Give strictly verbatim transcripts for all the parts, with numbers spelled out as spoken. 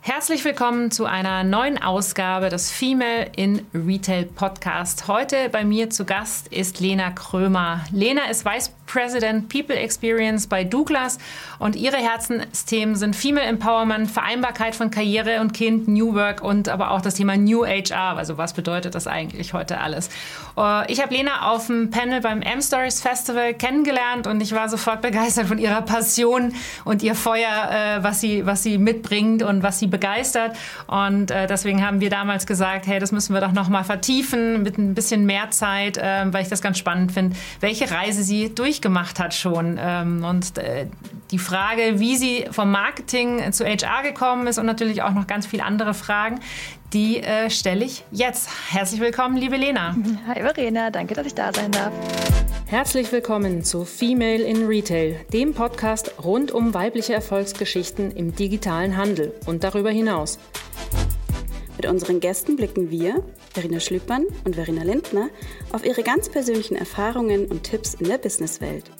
Herzlich willkommen zu einer neuen Ausgabe des Female in Retail Podcast. Heute bei mir zu Gast ist Lena Krömer. Lena ist Vice President People Experience bei Douglas und ihre Herzensthemen sind Female Empowerment, Vereinbarkeit von Karriere und Kind, New Work und aber auch das Thema New H R. Also was bedeutet das eigentlich heute alles? Ich habe Lena auf dem Panel beim M-Stories Festival kennengelernt und ich war sofort begeistert von ihrer Passion und ihr Feuer, was sie, was sie mitbringt und was sie begeistert. Und deswegen haben wir damals gesagt, hey, das müssen wir doch noch mal vertiefen mit ein bisschen mehr Zeit, weil ich das ganz spannend finde, welche Reise sie durch gemacht hat schon. Und die Frage, wie sie vom Marketing zu H R gekommen ist und natürlich auch noch ganz viele andere Fragen, die äh, stelle ich jetzt. Herzlich willkommen, liebe Lena. Hi Verena, danke, dass ich da sein darf. Herzlich willkommen zu Female in Retail, dem Podcast rund um weibliche Erfolgsgeschichten im digitalen Handel und darüber hinaus. Mit unseren Gästen blicken wir, Verena Schlüppmann und Verena Lindner, auf ihre ganz persönlichen Erfahrungen und Tipps in der Businesswelt.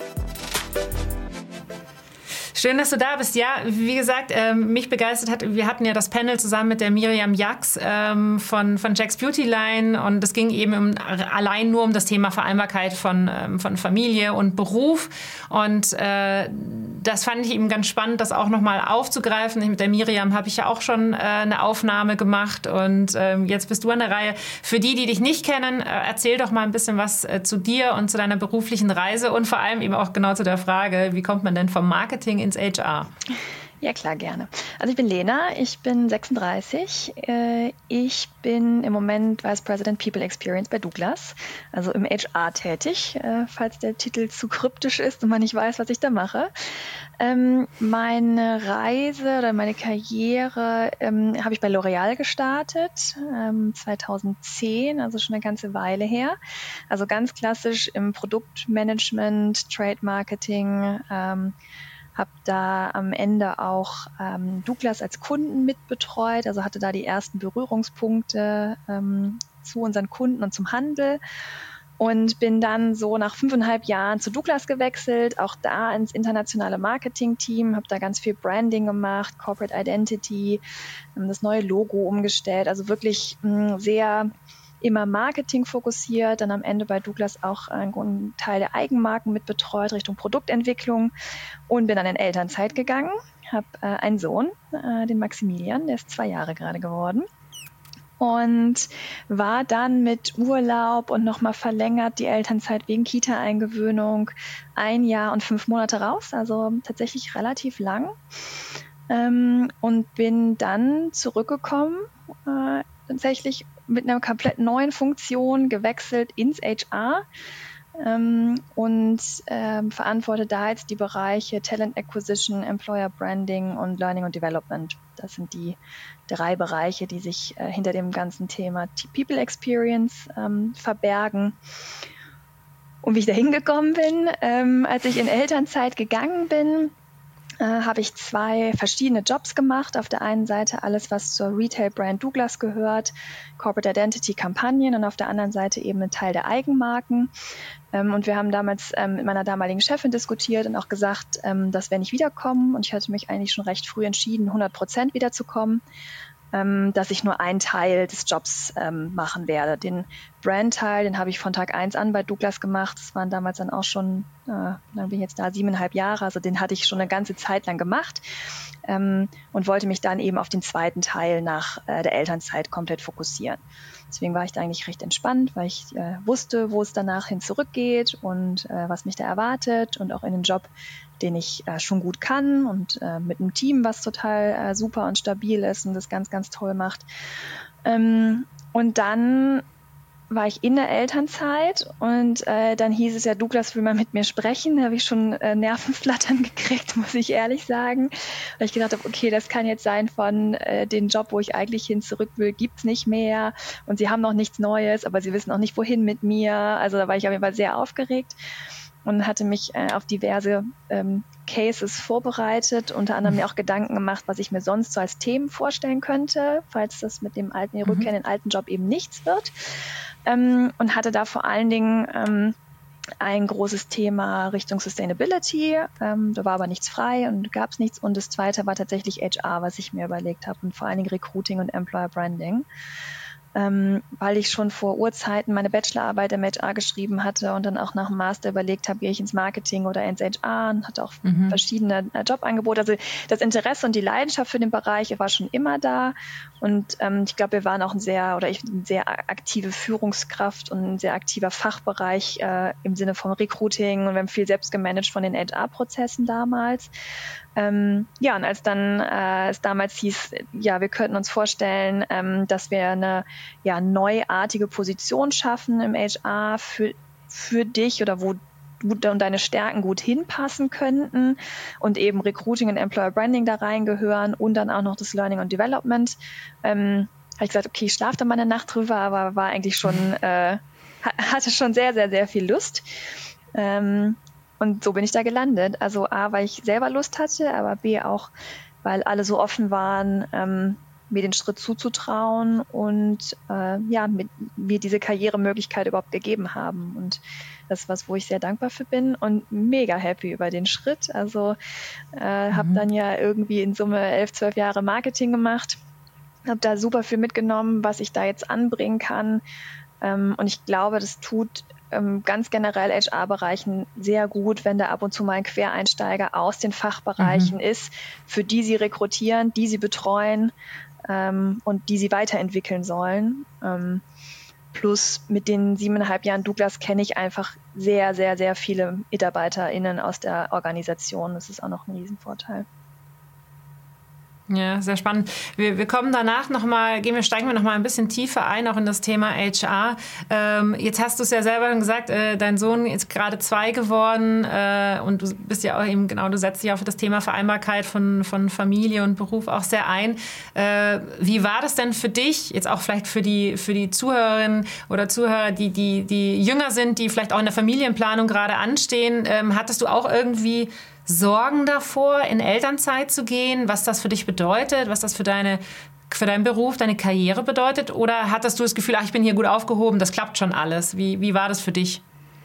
Schön, dass du da bist. Ja, wie gesagt, ähm, mich begeistert hat, wir hatten ja das Panel zusammen mit der Miriam Jax ähm, von, von Jack's Beauty Line und es ging eben um, allein nur um das Thema Vereinbarkeit von, ähm, von Familie und Beruf und äh, das fand ich eben ganz spannend, das auch nochmal aufzugreifen. Mit der Miriam habe ich ja auch schon äh, eine Aufnahme gemacht und ähm, jetzt bist du an der Reihe. Für die, die dich nicht kennen, äh, erzähl doch mal ein bisschen was äh, zu dir und zu deiner beruflichen Reise und vor allem eben auch genau zu der Frage, wie kommt man denn vom Marketing ins H R? Ja, klar, gerne. Also ich bin Lena, ich bin sechsunddreißig. Ich bin im Moment Vice President People Experience bei Douglas, also im H R tätig, falls der Titel zu kryptisch ist und man nicht weiß, was ich da mache. Meine Reise oder meine Karriere habe ich bei L'Oréal gestartet, zweitausendzehn, also schon eine ganze Weile her. Also ganz klassisch im Produktmanagement, Trade Marketing, habe da am Ende auch ähm, Douglas als Kunden mitbetreut, also hatte da die ersten Berührungspunkte ähm, zu unseren Kunden und zum Handel und bin dann so nach fünfeinhalb Jahren zu Douglas gewechselt, auch da ins internationale Marketing-Team, habe da ganz viel Branding gemacht, Corporate Identity, ähm, das neue Logo umgestellt, also wirklich mh, sehr immer Marketing fokussiert, dann am Ende bei Douglas auch einen Teil der Eigenmarken mit betreut Richtung Produktentwicklung und bin dann in Elternzeit gegangen, habe äh, einen Sohn, äh, den Maximilian, der ist zwei Jahre gerade geworden und war dann mit Urlaub und nochmal verlängert die Elternzeit wegen Kita-Eingewöhnung ein Jahr und fünf Monate raus, also tatsächlich relativ lang ähm, und bin dann zurückgekommen, äh, tatsächlich mit einer komplett neuen Funktion gewechselt ins H R ähm, und ähm, verantworte da jetzt die Bereiche Talent Acquisition, Employer Branding und Learning und Development. Das sind die drei Bereiche, die sich äh, hinter dem ganzen Thema People Experience ähm, verbergen. Und wie ich da hingekommen bin, ähm, als ich in Elternzeit gegangen bin, Äh, habe ich zwei verschiedene Jobs gemacht. Auf der einen Seite alles, was zur Retail-Brand Douglas gehört, Corporate Identity-Kampagnen und auf der anderen Seite eben ein Teil der Eigenmarken. Ähm, und wir haben damals ähm, mit meiner damaligen Chefin diskutiert und auch gesagt, ähm, dass wir nicht wiederkommen. Und ich hatte mich eigentlich schon recht früh entschieden, hundert Prozent wiederzukommen, ähm, dass ich nur einen Teil des Jobs ähm, machen werde. Den Brand-Teil, den habe ich von Tag eins an bei Douglas gemacht. Das waren damals dann auch schon, äh, dann bin ich jetzt da siebeneinhalb Jahre, also den hatte ich schon eine ganze Zeit lang gemacht ähm, und wollte mich dann eben auf den zweiten Teil nach äh, der Elternzeit komplett fokussieren. Deswegen war ich da eigentlich recht entspannt, weil ich äh, wusste, wo es danach hin zurückgeht und äh, was mich da erwartet und auch in den Job, den ich äh, schon gut kann und äh, mit einem Team, was total äh, super und stabil ist und das ganz, ganz toll macht. Ähm, und dann war ich in der Elternzeit und äh, dann hieß es ja, Douglas will mal mit mir sprechen. Da habe ich schon äh, Nervenflattern gekriegt, muss ich ehrlich sagen. Weil ich gedacht habe, okay, das kann jetzt sein von äh, den Job, wo ich eigentlich hin zurück will, gibt's nicht mehr. Und sie haben noch nichts Neues, aber sie wissen auch nicht, wohin mit mir. Also da war ich auf jeden Fall sehr aufgeregt und hatte mich äh, auf diverse ähm, Cases vorbereitet, unter anderem mir auch Gedanken gemacht, was ich mir sonst so als Themen vorstellen könnte, falls das mit dem alten, die Rückkehr in den alten Job eben nichts wird. Ähm, und hatte da vor allen Dingen ähm, ein großes Thema Richtung Sustainability. Ähm, da war aber nichts frei und gab es nichts. Und das zweite war tatsächlich H R, was ich mir überlegt habe, und vor allen Dingen Recruiting und Employer Branding. Ähm, weil ich schon vor Urzeiten meine Bachelorarbeit im H R geschrieben hatte und dann auch nach dem Master überlegt habe, gehe ich ins Marketing oder ins H R, und hatte auch mhm. verschiedene äh, Jobangebote. Also das Interesse und die Leidenschaft für den Bereich war schon immer da, und ähm, ich glaube, wir waren auch ein sehr, oder ich eine sehr aktive Führungskraft und ein sehr aktiver Fachbereich äh, im Sinne von Recruiting, und wir haben viel selbst gemanagt von den H R-Prozessen damals. Ähm, ja, und als dann äh, es damals hieß, ja, wir könnten uns vorstellen, ähm, dass wir eine ja, neuartige Position schaffen im H R für, für dich, oder wo du und deine Stärken gut hinpassen könnten und eben Recruiting und Employer Branding da reingehören und dann auch noch das Learning und Development. Ähm, habe ich gesagt, okay, ich schlafe da mal eine Nacht drüber, aber war eigentlich schon, äh, hatte schon sehr, sehr, sehr viel Lust. Ähm, Und so bin ich da gelandet. Also A, weil ich selber Lust hatte, aber B auch, weil alle so offen waren, ähm, mir den Schritt zuzutrauen und äh, ja, mit, mir diese Karrieremöglichkeit überhaupt gegeben haben. Und das ist was, wo ich sehr dankbar für bin und mega happy über den Schritt. Also äh, mhm. habe dann ja irgendwie in Summe elf, zwölf Jahre Marketing gemacht, habe da super viel mitgenommen, was ich da jetzt anbringen kann. Ähm, und ich glaube, das tut ganz generell H R-Bereichen sehr gut, wenn da ab und zu mal ein Quereinsteiger aus den Fachbereichen mhm. ist, für die sie rekrutieren, die sie betreuen ähm, und die sie weiterentwickeln sollen. Ähm, plus mit den siebeneinhalb Jahren Douglas kenne ich einfach sehr, sehr, sehr viele MitarbeiterInnen aus der Organisation. Das ist auch noch ein Riesenvorteil. Ja, sehr spannend. Wir, wir kommen danach nochmal, gehen wir, steigen wir nochmal ein bisschen tiefer ein, auch in das Thema H R. Ähm, jetzt hast du es ja selber gesagt, äh, dein Sohn ist gerade zwei geworden äh, und du bist ja auch eben, genau, du setzt dich auf das Thema Vereinbarkeit von, von Familie und Beruf auch sehr ein. Äh, wie war das denn für dich, jetzt auch vielleicht für die, für die Zuhörerinnen oder Zuhörer, die, die, die jünger sind, die vielleicht auch in der Familienplanung gerade anstehen? Ähm, hattest du auch irgendwie Sorgen davor, in Elternzeit zu gehen, was das für dich bedeutet, was das für deine, für deinen Beruf, deine Karriere bedeutet? Oder hattest du das Gefühl, ach, ich bin hier gut aufgehoben, das klappt schon alles? Wie, wie war das für dich?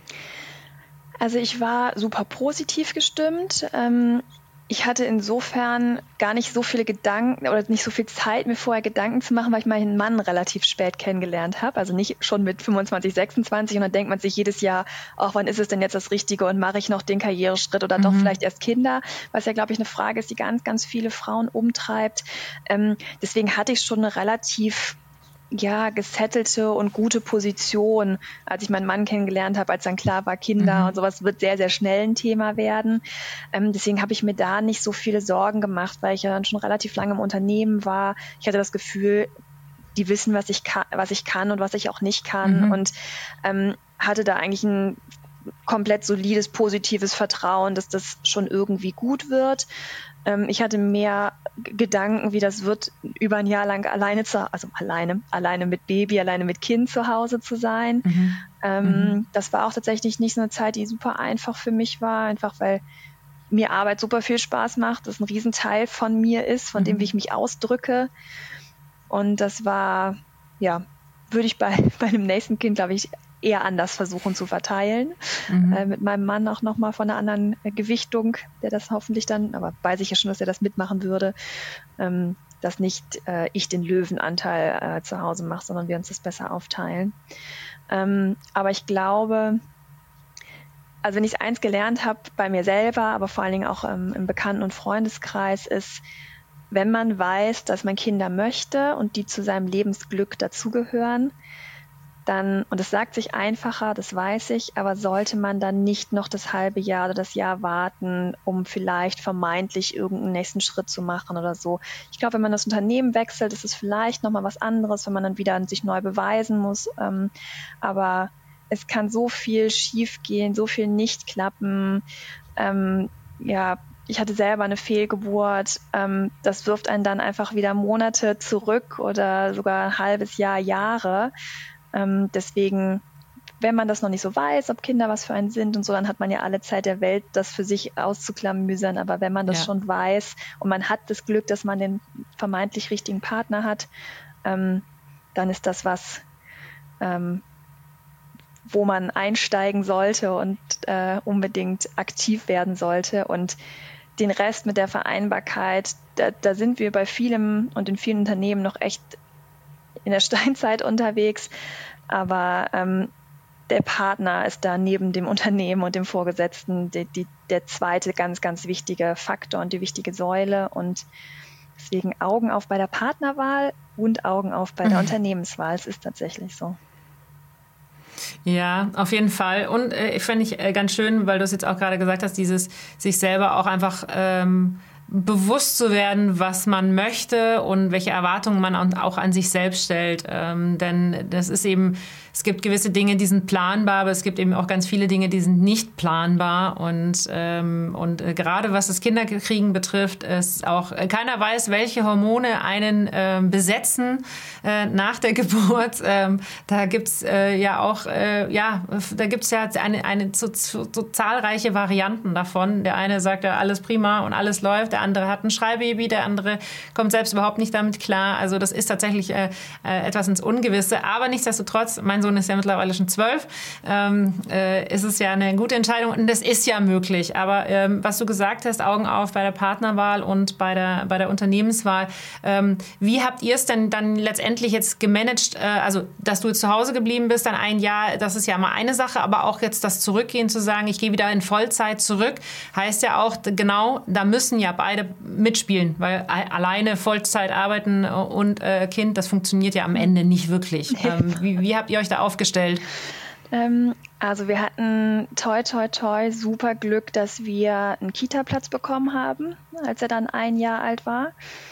Also ich war super positiv gestimmt. Ähm Ich hatte insofern gar nicht so viele Gedanken oder nicht so viel Zeit, mir vorher Gedanken zu machen, weil ich meinen Mann relativ spät kennengelernt habe. Also nicht schon mit fünfundzwanzig, sechsundzwanzig, und dann denkt man sich jedes Jahr, ach, wann ist es denn jetzt das Richtige und mache ich noch den Karriereschritt oder mhm. doch vielleicht erst Kinder? Was ja, glaube ich, eine Frage ist, die ganz, ganz viele Frauen umtreibt. Ähm, deswegen hatte ich schon eine relativ ja, gesettelte und gute Position, als ich meinen Mann kennengelernt habe, als dann klar war, Kinder mhm. und sowas wird sehr, sehr schnell ein Thema werden. Ähm, deswegen habe ich mir da nicht so viele Sorgen gemacht, weil ich ja dann schon relativ lange im Unternehmen war. Ich hatte das Gefühl, die wissen, was ich kann, was ich kann und was ich auch nicht kann mhm. und ähm, hatte da eigentlich ein komplett solides, positives Vertrauen, dass das schon irgendwie gut wird. Ähm, ich hatte mehr Gedanken, wie das wird, über ein Jahr lang alleine zu, also alleine, alleine mit Baby, alleine mit Kind zu Hause zu sein. Mhm. Ähm, mhm. Das war auch tatsächlich nicht so eine Zeit, die super einfach für mich war, einfach weil mir Arbeit super viel Spaß macht, das ein Riesenteil von mir ist, von mhm. dem, wie ich mich ausdrücke. Und das war, ja, würde ich bei, bei einem nächsten Kind, glaube ich, eher anders versuchen zu verteilen. Mhm. Äh, mit meinem Mann auch nochmal von einer anderen äh, Gewichtung, der das hoffentlich dann, aber weiß ich ja schon, dass er das mitmachen würde, ähm, dass nicht äh, ich den Löwenanteil äh, zu Hause mache, sondern wir uns das besser aufteilen. Ähm, aber ich glaube, also wenn ich eins gelernt habe bei mir selber, aber vor allen Dingen auch ähm, im Bekannten- und Freundeskreis, ist, wenn man weiß, dass man Kinder möchte und die zu seinem Lebensglück dazugehören, dann, und es sagt sich einfacher, das weiß ich, aber sollte man dann nicht noch das halbe Jahr oder das Jahr warten, um vielleicht vermeintlich irgendeinen nächsten Schritt zu machen oder so. Ich glaube, wenn man das Unternehmen wechselt, ist es vielleicht nochmal was anderes, wenn man dann wieder sich neu beweisen muss. Ähm, aber es kann so viel schief gehen, so viel nicht klappen. Ähm, ja, ich hatte selber eine Fehlgeburt. Ähm, das wirft einen dann einfach wieder Monate zurück oder sogar ein halbes Jahr, Jahre. Ähm, deswegen, wenn man das noch nicht so weiß, ob Kinder was für einen sind und so, dann hat man ja alle Zeit der Welt, das für sich auszuklamüsern. Aber wenn man das ja. schon weiß und man hat das Glück, dass man den vermeintlich richtigen Partner hat, ähm, dann ist das was, ähm, wo man einsteigen sollte und äh, unbedingt aktiv werden sollte. Und den Rest mit der Vereinbarkeit, da, da sind wir bei vielem und in vielen Unternehmen noch echt in der Steinzeit unterwegs. Aber ähm, der Partner ist da neben dem Unternehmen und dem Vorgesetzten die, die, der zweite ganz, ganz wichtige Faktor und die wichtige Säule. Und deswegen Augen auf bei der Partnerwahl und Augen auf bei der mhm. Unternehmenswahl. Es ist tatsächlich so. Ja, auf jeden Fall. Und äh, ich finde ich äh, ganz schön, weil du es jetzt auch gerade gesagt hast, dieses sich selber auch einfach ähm, bewusst zu werden, was man möchte und welche Erwartungen man auch an sich selbst stellt. Ähm, denn das ist eben, es gibt gewisse Dinge, die sind planbar, aber es gibt eben auch ganz viele Dinge, die sind nicht planbar. Und, ähm, und äh, gerade was das Kinderkriegen betrifft, ist auch, äh, keiner weiß, welche Hormone einen äh, besetzen äh, nach der Geburt. Ähm, da gibt's äh, ja auch, äh, ja, da gibt's ja eine, eine so, so, so zahlreiche Varianten davon. Der eine sagt ja, alles prima und alles läuft. Der andere hat ein Schreibaby, der andere kommt selbst überhaupt nicht damit klar. Also das ist tatsächlich äh, äh, etwas ins Ungewisse. Aber nichtsdestotrotz, mein Sohn ist ja mittlerweile schon zwölf, ähm, äh, ist es ja eine gute Entscheidung und das ist ja möglich. Aber ähm, was du gesagt hast, Augen auf bei der Partnerwahl und bei der, bei der Unternehmenswahl. Ähm, wie habt ihr es denn dann letztendlich jetzt gemanagt? Äh, also, dass du jetzt zu Hause geblieben bist, dann ein Jahr, das ist ja mal eine Sache, aber auch jetzt das Zurückgehen zu sagen, ich gehe wieder in Vollzeit zurück, heißt ja auch, genau, da müssen ja beide mitspielen, weil alleine Vollzeit arbeiten und äh, Kind, das funktioniert ja am Ende nicht wirklich. Ähm, wie, wie habt ihr euch da aufgestellt? Ähm, also wir hatten toi toi toi super Glück, dass wir einen Kita-Platz bekommen haben, als er dann ein Jahr alt war.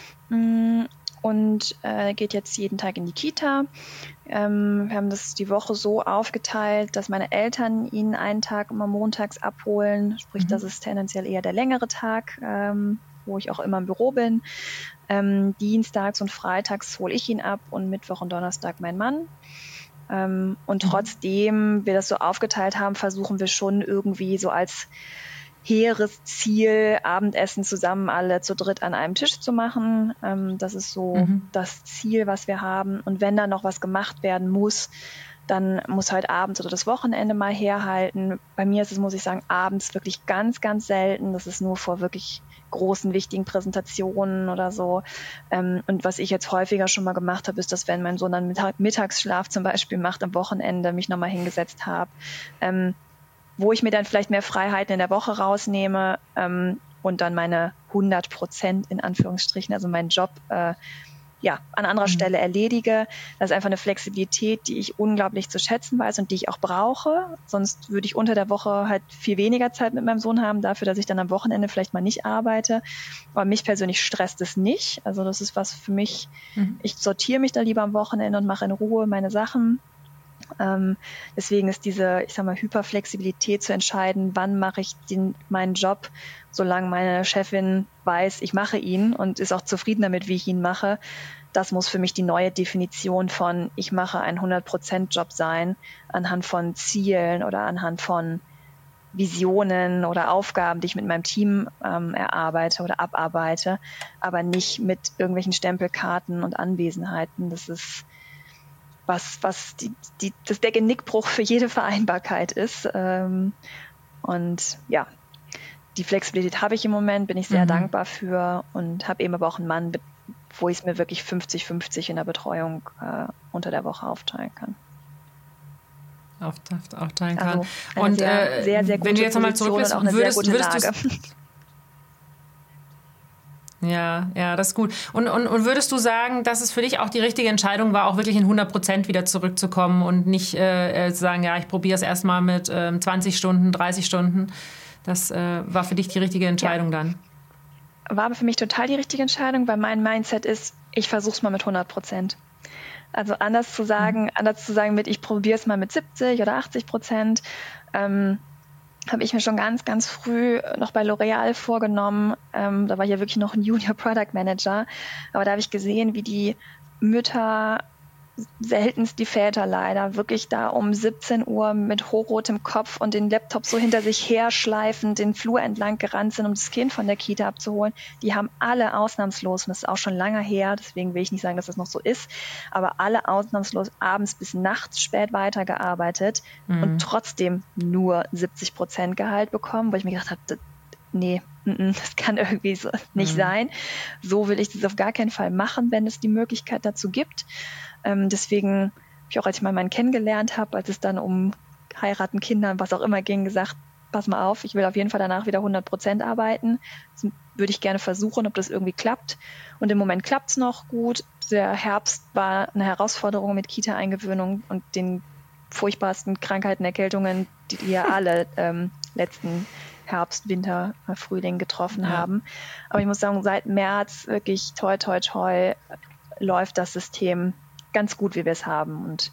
Und äh, geht jetzt jeden Tag in die Kita. Ähm, wir haben das die Woche so aufgeteilt, dass meine Eltern ihn einen Tag immer montags abholen. Sprich, mhm. das ist tendenziell eher der längere Tag, ähm, wo ich auch immer im Büro bin. Ähm, dienstags und freitags hole ich ihn ab und Mittwoch und Donnerstag mein Mann. Ähm, und trotzdem wir das so aufgeteilt haben, versuchen wir schon irgendwie so als hehres Ziel, Abendessen zusammen alle zu dritt an einem Tisch zu machen. Ähm, das ist so mhm. das Ziel, was wir haben. Und wenn da noch was gemacht werden muss, dann muss halt abends oder das Wochenende mal herhalten. Bei mir ist es, muss ich sagen, abends wirklich ganz, ganz selten. Das ist nur vor wirklich großen, wichtigen Präsentationen oder so. Ähm, und was ich jetzt häufiger schon mal gemacht habe, ist, dass wenn mein Sohn dann Mittag- Mittagsschlaf zum Beispiel macht am Wochenende, mich nochmal hingesetzt habe, ähm, wo ich mir dann vielleicht mehr Freiheiten in der Woche rausnehme ähm, und dann meine hundert Prozent in Anführungsstrichen, also meinen Job äh, ja, an anderer mhm. Stelle erledige. Das ist einfach eine Flexibilität, die ich unglaublich zu schätzen weiß und die ich auch brauche. Sonst würde ich unter der Woche halt viel weniger Zeit mit meinem Sohn haben, dafür, dass ich dann am Wochenende vielleicht mal nicht arbeite. Aber mich persönlich stresst es nicht. Also das ist was für mich, mhm. ich sortiere mich da lieber am Wochenende und mache in Ruhe meine Sachen. Ähm, deswegen ist diese, ich sag mal, Hyperflexibilität zu entscheiden, wann mache ich den, meinen Job, solange meine Chefin weiß, ich mache ihn und ist auch zufrieden damit, wie ich ihn mache. Das muss für mich die neue Definition von ich mache einen hundert Prozent Job sein, anhand von Zielen oder anhand von Visionen oder Aufgaben, die ich mit meinem Team ähm, erarbeite oder abarbeite, aber nicht mit irgendwelchen Stempelkarten und Anwesenheiten. Das ist was, was die, die, das der Genickbruch für jede Vereinbarkeit ist. Ähm, und ja, die Flexibilität habe ich im Moment, bin ich sehr mhm. dankbar für und habe eben aber auch einen Mann, wo ich es mir wirklich fünfzig fünfzig in der Betreuung äh, unter der Woche aufteilen kann. aufteilen kann. Also und sehr, äh, sehr, sehr gute wenn du jetzt nochmal Position zurück bist, und auch eine würdest, sehr gute würdest Lage. Ja, ja, das ist gut. Und, und, und würdest du sagen, dass es für dich auch die richtige Entscheidung war, auch wirklich in hundert Prozent wieder zurückzukommen und nicht äh, zu sagen, ja, ich probiere es erstmal mit äh, zwanzig Stunden, dreißig Stunden. Das äh, war für dich die richtige Entscheidung ja. dann? War aber für mich total die richtige Entscheidung, weil mein Mindset ist, ich versuche es mal mit hundert Prozent. Also anders zu sagen, mhm. anders zu sagen mit, ich probiere es mal mit siebzig oder achtzig Prozent, ähm, habe ich mir schon ganz, ganz früh noch bei L'Oreal vorgenommen. Ähm, da war ich ja wirklich noch ein Junior Product Manager. Aber da habe ich gesehen, wie die Mütter seltenst die Väter leider, wirklich da um siebzehn Uhr mit hochrotem Kopf und den Laptop so hinter sich herschleifend den Flur entlang gerannt sind, um das Kind von der Kita abzuholen. Die haben alle ausnahmslos, und das ist auch schon lange her, deswegen will ich nicht sagen, dass das noch so ist, aber alle ausnahmslos abends bis nachts spät weitergearbeitet mhm. und trotzdem nur siebzig Prozent Gehalt bekommen, weil ich mir gedacht habe, nee, das kann irgendwie so nicht mhm. sein. So will ich das auf gar keinen Fall machen, wenn es die Möglichkeit dazu gibt. Ähm, deswegen habe ich auch, als ich mal meinen kennengelernt habe, als es dann um Heiraten, Kinder, was auch immer ging, gesagt, pass mal auf, ich will auf jeden Fall danach wieder hundert Prozent arbeiten. Das würde ich gerne versuchen, ob das irgendwie klappt. Und im Moment klappt es noch gut. Der Herbst war eine Herausforderung mit Kita-Eingewöhnung und den furchtbarsten Krankheiten, Erkältungen, die, die ja alle ähm, letzten Herbst, Winter, Frühling getroffen ja. haben. Aber ich muss sagen, seit März wirklich toi, toi, toi läuft das System ganz gut, wie wir es haben. Und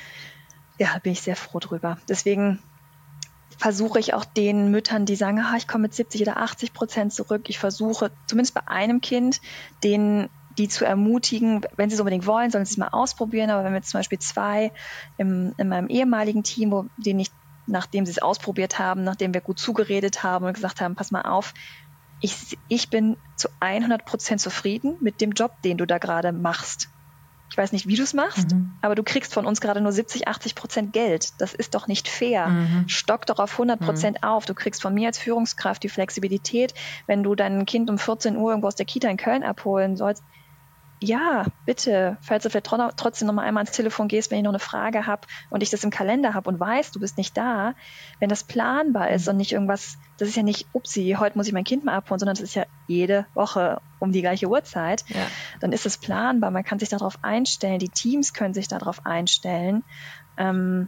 ja, bin ich sehr froh drüber. Deswegen versuche ich auch den Müttern, die sagen, ah, ich komme mit siebzig oder achtzig Prozent zurück. Ich versuche, zumindest bei einem Kind, denen die zu ermutigen, wenn sie es unbedingt wollen, sollen sie es mal ausprobieren. Aber wenn wir zum Beispiel zwei im, in meinem ehemaligen Team, wo denen ich, nachdem sie es ausprobiert haben, nachdem wir gut zugeredet haben und gesagt haben, pass mal auf, ich, ich bin zu hundert Prozent zufrieden mit dem Job, den du da gerade machst. Ich weiß nicht, wie du es machst, mhm. aber du kriegst von uns gerade nur siebzig, achtzig Prozent Geld. Das ist doch nicht fair. Mhm. Stock doch auf hundert Prozent mhm. auf. Du kriegst von mir als Führungskraft die Flexibilität, wenn du dein Kind um vierzehn Uhr irgendwo aus der Kita in Köln abholen sollst. Ja, bitte, falls du vielleicht trotzdem noch mal einmal ans Telefon gehst, wenn ich noch eine Frage habe und ich das im Kalender habe und weiß, du bist nicht da, wenn das planbar ist und nicht irgendwas, das ist ja nicht, upsi, heute muss ich mein Kind mal abholen, sondern das ist ja jede Woche um die gleiche Uhrzeit, ja. Dann ist es planbar, man kann sich darauf einstellen, die Teams können sich darauf einstellen. Ähm,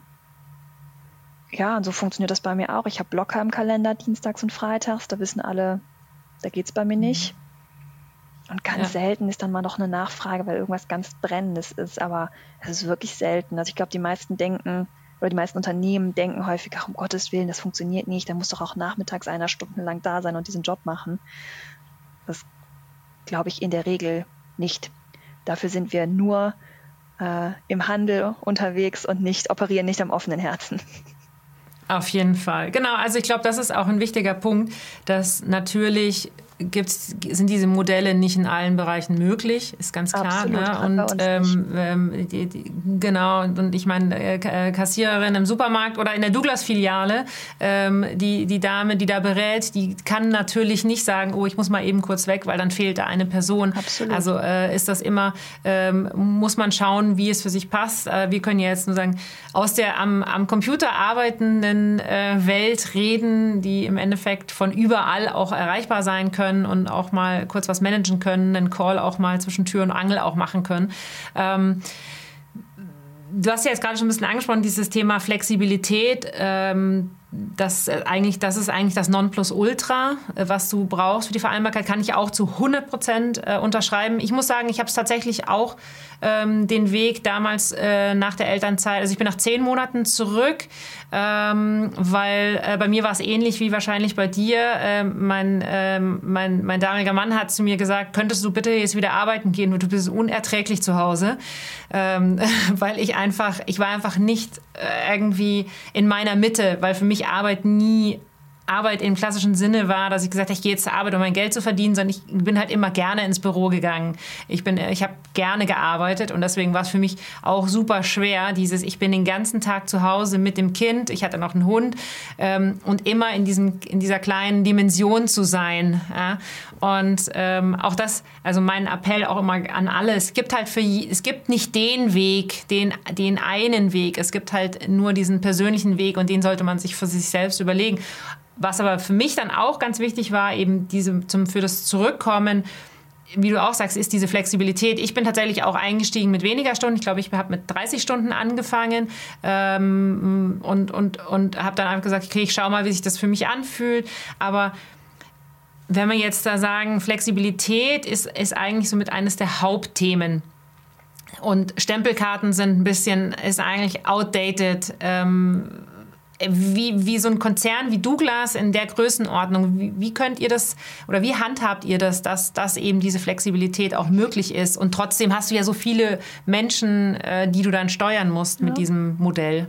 ja, und so funktioniert das bei mir auch. Ich habe Blocker im Kalender, dienstags und freitags, da wissen alle, da geht's bei mir nicht. Und ganz ja. selten ist dann mal noch eine Nachfrage, weil irgendwas ganz Brennendes ist. Aber es ist wirklich selten. Also ich glaube, die meisten denken, oder die meisten Unternehmen denken häufig, ach, um Gottes Willen, das funktioniert nicht. Da muss doch auch nachmittags einer stundenlang da sein und diesen Job machen. Das glaube ich in der Regel nicht. Dafür sind wir nur äh, im Handel unterwegs und nicht operieren nicht am offenen Herzen. Auf jeden Fall. Genau, also ich glaube, das ist auch ein wichtiger Punkt, dass natürlich gibt's, sind diese Modelle nicht in allen Bereichen möglich, ist ganz klar. Absolut, ne? Und ähm, ähm, die, die, genau, und ich meine, äh, Kassiererin im Supermarkt oder in der Douglas-Filiale, ähm, die, die Dame, die da berät, die kann natürlich nicht sagen, oh, ich muss mal eben kurz weg, weil dann fehlt da eine Person. Absolut. Also äh, ist das immer, ähm, muss man schauen, wie es für sich passt. Äh, wir können ja jetzt nur sagen, aus der am, am Computer arbeitenden äh, Welt reden, die im Endeffekt von überall auch erreichbar sein können und auch mal kurz was managen können, einen Call auch mal zwischen Tür und Angel auch machen können. Ähm, du hast ja jetzt gerade schon ein bisschen angesprochen, dieses Thema Flexibilität. Ähm, das, eigentlich, das ist eigentlich das Nonplusultra, was du brauchst für die Vereinbarkeit, kann ich auch zu hundert Prozent äh, unterschreiben. Ich muss sagen, ich habe es tatsächlich auch ähm, den Weg damals äh, nach der Elternzeit, also ich bin nach zehn Monaten zurück, ähm, weil äh, bei mir war es ähnlich wie wahrscheinlich bei dir. Ähm, mein, ähm, mein, mein damaliger Mann hat zu mir gesagt, könntest du bitte jetzt wieder arbeiten gehen, du bist unerträglich zu Hause, ähm, weil ich einfach, ich war einfach nicht äh, irgendwie in meiner Mitte, weil für mich Arbeit nie Arbeit im klassischen Sinne war, dass ich gesagt habe, ich gehe jetzt zur Arbeit, um mein Geld zu verdienen, sondern ich bin halt immer gerne ins Büro gegangen. Ich bin, ich habe gerne gearbeitet und deswegen war es für mich auch super schwer, dieses, ich bin den ganzen Tag zu Hause mit dem Kind, ich hatte noch einen Hund ähm, und immer in diesem, in dieser kleinen Dimension zu sein. Ja? Und ähm, auch das, also mein Appell auch immer an alle, es gibt halt für, es gibt nicht den Weg, den, den einen Weg, es gibt halt nur diesen persönlichen Weg und den sollte man sich für sich selbst überlegen. Was aber für mich dann auch ganz wichtig war, eben diese, zum, für das Zurückkommen, wie du auch sagst, ist diese Flexibilität. Ich bin tatsächlich auch eingestiegen mit weniger Stunden. Ich glaube, ich habe mit dreißig Stunden angefangen ähm, und, und, und habe dann einfach gesagt, okay, ich schau mal, wie sich das für mich anfühlt. Aber wenn wir jetzt da sagen, Flexibilität ist, ist eigentlich somit eines der Hauptthemen. Und Stempelkarten sind ein bisschen, ist eigentlich outdated. Ähm, wie, wie so ein Konzern wie Douglas in der Größenordnung, wie, wie könnt ihr das oder wie handhabt ihr das, dass, dass eben diese Flexibilität auch möglich ist? Und trotzdem hast du ja so viele Menschen, äh, die du dann steuern musst ja. mit diesem Modell.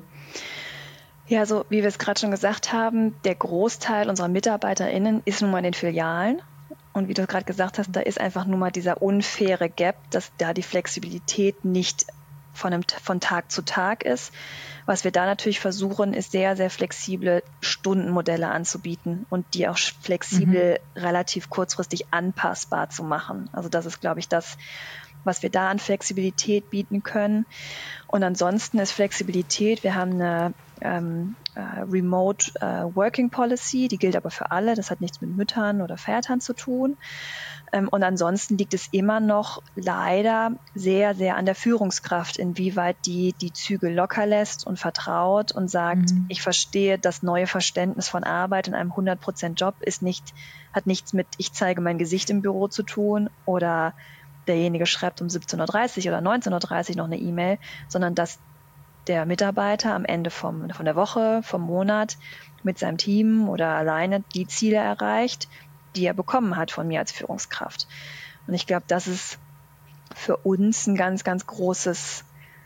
Ja, so wie wir es gerade schon gesagt haben, der Großteil unserer MitarbeiterInnen ist nun mal in den Filialen. Und wie du gerade gesagt hast, da ist einfach nur mal dieser unfaire Gap, dass da die Flexibilität nicht von, einem, von Tag zu Tag ist. Was wir da natürlich versuchen, ist sehr, sehr flexible Stundenmodelle anzubieten und die auch flexibel mhm. relativ kurzfristig anpassbar zu machen. Also das ist, glaube ich, das, was wir da an Flexibilität bieten können. Und ansonsten ist Flexibilität, wir haben eine ähm, äh, Remote äh, Working Policy, die gilt aber für alle, das hat nichts mit Müttern oder Vätern zu tun. Ähm, und ansonsten liegt es immer noch leider sehr, sehr an der Führungskraft, inwieweit die die Zügel locker lässt und vertraut und sagt, mhm. ich verstehe, das neue Verständnis von Arbeit in einem hundert Prozent Job ist nicht, hat nichts mit, ich zeige mein Gesicht im Büro zu tun oder derjenige schreibt um siebzehn Uhr dreißig oder neunzehn Uhr dreißig noch eine E-Mail, sondern dass der Mitarbeiter am Ende vom, von der Woche, vom Monat mit seinem Team oder alleine die Ziele erreicht, die er bekommen hat von mir als Führungskraft. Und ich glaube, dass es für uns ein ganz, ganz großes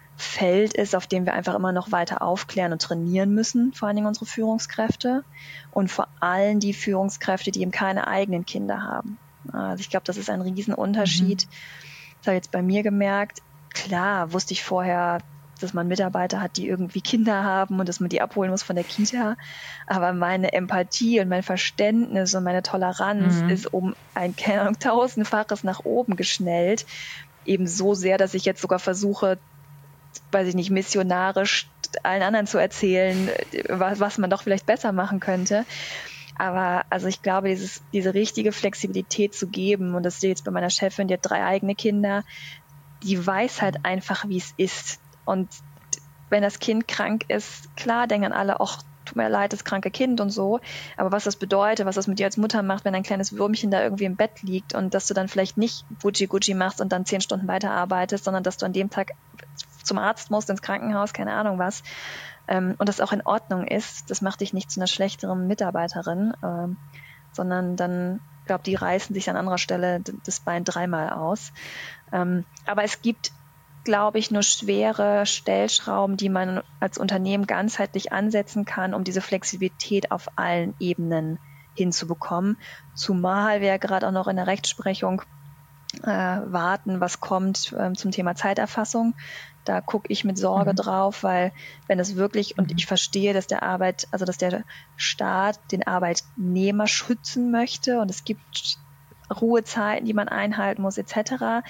Feld ist, auf dem wir einfach immer noch weiter aufklären und trainieren müssen, vor allen Dingen unsere Führungskräfte und vor allem die Führungskräfte, die eben keine eigenen Kinder haben. Also ich glaube, das ist ein Riesenunterschied. Mhm. Das habe ich jetzt bei mir gemerkt. Klar wusste ich vorher, dass man Mitarbeiter hat, die irgendwie Kinder haben und dass man die abholen muss von der Kita. Aber meine Empathie und mein Verständnis und meine Toleranz mhm. ist um ein, keine Ahnung, tausendfaches nach oben geschnellt. Eben so sehr, dass ich jetzt sogar versuche, weiß ich nicht, missionarisch allen anderen zu erzählen, was, was man doch vielleicht besser machen könnte. Aber also ich glaube, dieses, diese richtige Flexibilität zu geben, und das sehe ich jetzt bei meiner Chefin, die hat drei eigene Kinder, die weiß halt einfach, wie es ist. Und wenn das Kind krank ist, klar denken alle, ach, tut mir leid, das kranke Kind und so. Aber was das bedeutet, was das mit dir als Mutter macht, wenn ein kleines Würmchen da irgendwie im Bett liegt und dass du dann vielleicht nicht Gucci-Gucci machst und dann zehn Stunden weiterarbeitest, sondern dass du an dem Tag zum Arzt musst, ins Krankenhaus, keine Ahnung was. Ähm, und das auch in Ordnung ist, das macht dich nicht zu einer schlechteren Mitarbeiterin, ähm, sondern dann, glaube die reißen sich an anderer Stelle das Bein dreimal aus. Ähm, aber es gibt, glaube ich, nur schwere Stellschrauben, die man als Unternehmen ganzheitlich ansetzen kann, um diese Flexibilität auf allen Ebenen hinzubekommen. Zumal wir gerade auch noch in der Rechtsprechung äh, warten, was kommt äh, zum Thema Zeiterfassung. Da gucke ich mit Sorge mhm. drauf, weil wenn es wirklich, mhm. und ich verstehe, dass der Arbeit, also dass der Staat den Arbeitnehmer schützen möchte und es gibt Ruhezeiten, die man einhalten muss, et cetera.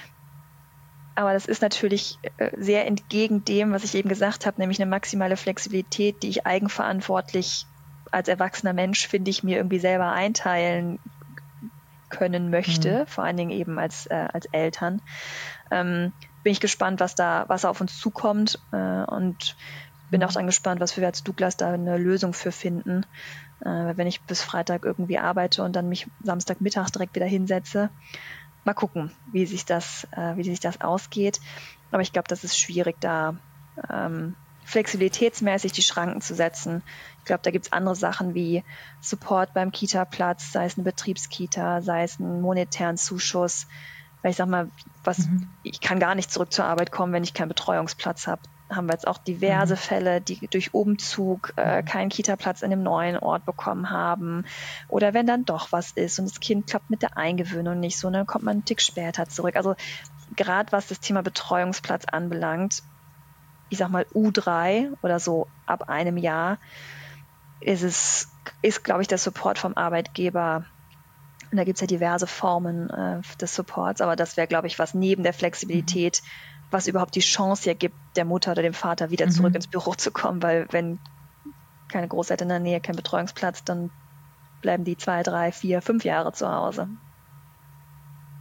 Aber das ist natürlich sehr entgegen dem, was ich eben gesagt habe, nämlich eine maximale Flexibilität, die ich eigenverantwortlich als erwachsener Mensch, finde ich, mir irgendwie selber einteilen können möchte, mhm. vor allen Dingen eben als, äh, als Eltern. Ähm, bin ich gespannt, was da, was auf uns zukommt äh, und bin mhm. auch dann gespannt, was wir als Douglas da eine Lösung für finden. Äh, wenn ich bis Freitag irgendwie arbeite und dann mich Samstagmittag direkt wieder hinsetze. Mal gucken, wie sich das, äh, wie sich das ausgeht. Aber ich glaube, das ist schwierig, da ähm, flexibilitätsmäßig die Schranken zu setzen. Ich glaube, da gibt es andere Sachen wie Support beim Kita-Platz, sei es eine Betriebskita, sei es einen monetären Zuschuss. Weil ich sag mal, was, mhm. ich kann gar nicht zurück zur Arbeit kommen, wenn ich keinen Betreuungsplatz habe. Haben wir jetzt auch diverse mhm. Fälle, die durch Umzug äh, keinen Kita-Platz in dem neuen Ort bekommen haben. Oder wenn dann doch was ist und das Kind klappt mit der Eingewöhnung nicht so, dann kommt man einen Tick später zurück. Also gerade was das Thema Betreuungsplatz anbelangt, ich sag mal U drei oder so ab einem Jahr, ist es, ist, glaube ich, der Support vom Arbeitgeber. Und da gibt es ja diverse Formen äh, des Supports, aber das wäre, glaube ich, was neben der Flexibilität, mhm. was überhaupt die Chance hier gibt, der Mutter oder dem Vater wieder zurück mhm. ins Büro zu kommen, weil wenn keine Großeltern in der Nähe, kein Betreuungsplatz, dann bleiben die zwei, drei, vier, fünf Jahre zu Hause.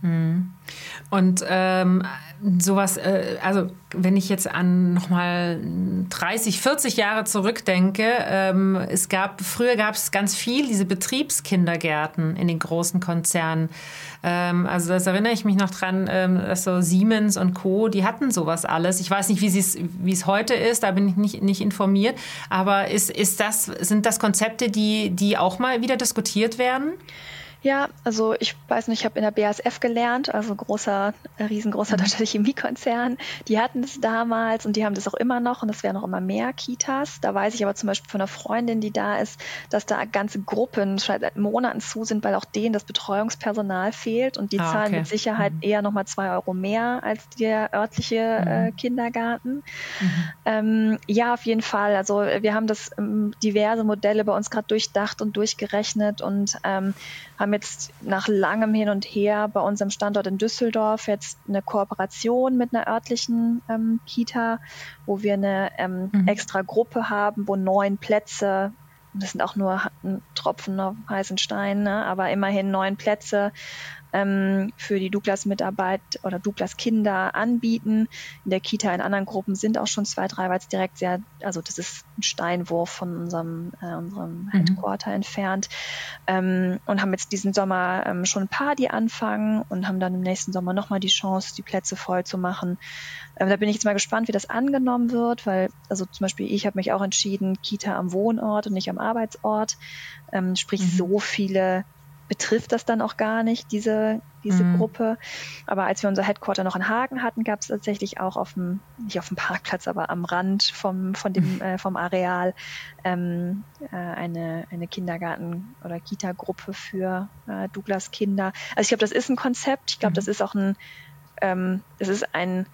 Und ähm, sowas, äh, also wenn ich jetzt an nochmal dreißig, vierzig Jahre zurückdenke, ähm, es gab, früher gab es ganz viel diese Betriebskindergärten in den großen Konzernen. Ähm, also das erinnere ich mich noch dran, ähm, dass so Siemens und Co., die hatten sowas alles. Ich weiß nicht, wie es wie es heute ist, da bin ich nicht, nicht informiert. Aber ist, ist das, sind das Konzepte, die, die auch mal wieder diskutiert werden? Ja, also ich weiß nicht, ich habe in der B A S F gelernt, also großer, riesengroßer deutscher Chemiekonzern. Die hatten das damals und die haben das auch immer noch und es werden auch immer mehr Kitas. Da weiß ich aber zum Beispiel von einer Freundin, die da ist, dass da ganze Gruppen schon seit Monaten zu sind, weil auch denen das Betreuungspersonal fehlt und die ah, zahlen okay. mit Sicherheit mhm. eher nochmal zwei Euro mehr als der örtliche mhm. äh, Kindergarten. Mhm. Ähm, ja, auf jeden Fall. Also wir haben das ähm, diverse Modelle bei uns gerade durchdacht und durchgerechnet und ähm, haben jetzt nach langem Hin und Her bei unserem Standort in Düsseldorf jetzt eine Kooperation mit einer örtlichen ähm, Kita, wo wir eine ähm, mhm. extra Gruppe haben, wo neun Plätze, das sind auch nur ein Tropfen auf heißen Stein, ne, aber immerhin neun Plätze ähm, für die Douglas-Mitarbeit oder Douglas-Kinder anbieten. In der Kita in anderen Gruppen sind auch schon zwei, drei, weil es direkt sehr, also das ist ein Steinwurf von unserem, äh, unserem mhm. Headquarter entfernt. Ähm, und haben jetzt diesen Sommer ähm, schon ein paar, die anfangen und haben dann im nächsten Sommer nochmal die Chance, die Plätze voll zu machen. Ähm, da bin ich jetzt mal gespannt, wie das angenommen wird, weil, also zum Beispiel ich habe mich auch entschieden, Kita am Wohnort und nicht am Arbeitsort. Ähm, sprich, mhm. so viele betrifft das dann auch gar nicht, diese, diese mhm. Gruppe. Aber als wir unser Headquarter noch in Hagen hatten, gab es tatsächlich auch auf dem, nicht auf dem Parkplatz, aber am Rand vom, von dem, äh, vom Areal ähm, äh, eine, eine Kindergarten- oder Kita-Gruppe für äh, Douglas-Kinder. Also ich glaube, das ist ein Konzept. Ich glaube, mhm. das ist auch ein, ähm, es ist ein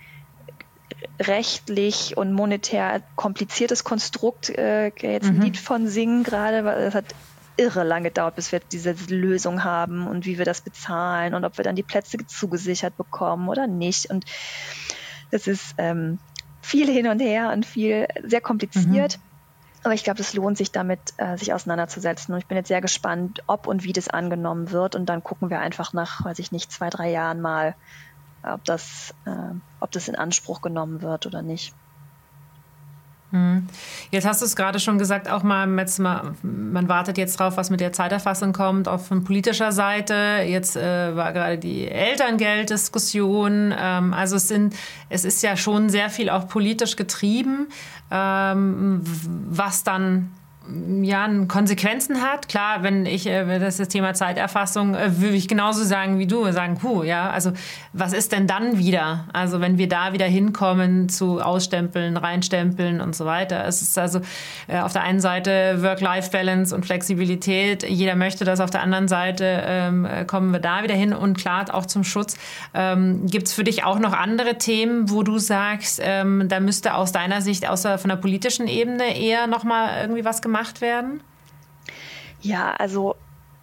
rechtlich und monetär kompliziertes Konstrukt, äh, jetzt ein mhm. Lied von singen gerade, weil es hat irre lange gedauert, bis wir diese Lösung haben und wie wir das bezahlen und ob wir dann die Plätze zugesichert bekommen oder nicht. Und das ist ähm, viel hin und her und viel sehr kompliziert. Mhm. Aber ich glaube, es lohnt sich damit, äh, sich auseinanderzusetzen. Und ich bin jetzt sehr gespannt, ob und wie das angenommen wird. Und dann gucken wir einfach nach, weiß ich nicht, zwei, drei Jahren mal, ob das, äh, ob das in Anspruch genommen wird oder nicht. Jetzt hast du es gerade schon gesagt, auch mal, jetzt mal, man wartet jetzt drauf, was mit der Zeiterfassung kommt, auch von politischer Seite. Jetzt äh, war gerade die Elterngelddiskussion. Ähm, also es sind, es ist ja schon sehr viel auch politisch getrieben, ähm, was dann ja, Konsequenzen hat. Klar, wenn ich äh, das, das Thema Zeiterfassung, äh, würde ich genauso sagen wie du, sagen, puh, ja, also was ist denn dann wieder? Also wenn wir da wieder hinkommen zu Ausstempeln, Reinstempeln und so weiter. Es ist also äh, auf der einen Seite Work-Life-Balance und Flexibilität. Jeder möchte das. Auf der anderen Seite ähm, kommen wir da wieder hin und klar, auch zum Schutz. Ähm, gibt es für dich auch noch andere Themen, wo du sagst, ähm, da müsste aus deiner Sicht, außer von der politischen Ebene, eher nochmal irgendwie was gemacht werden? Ja, also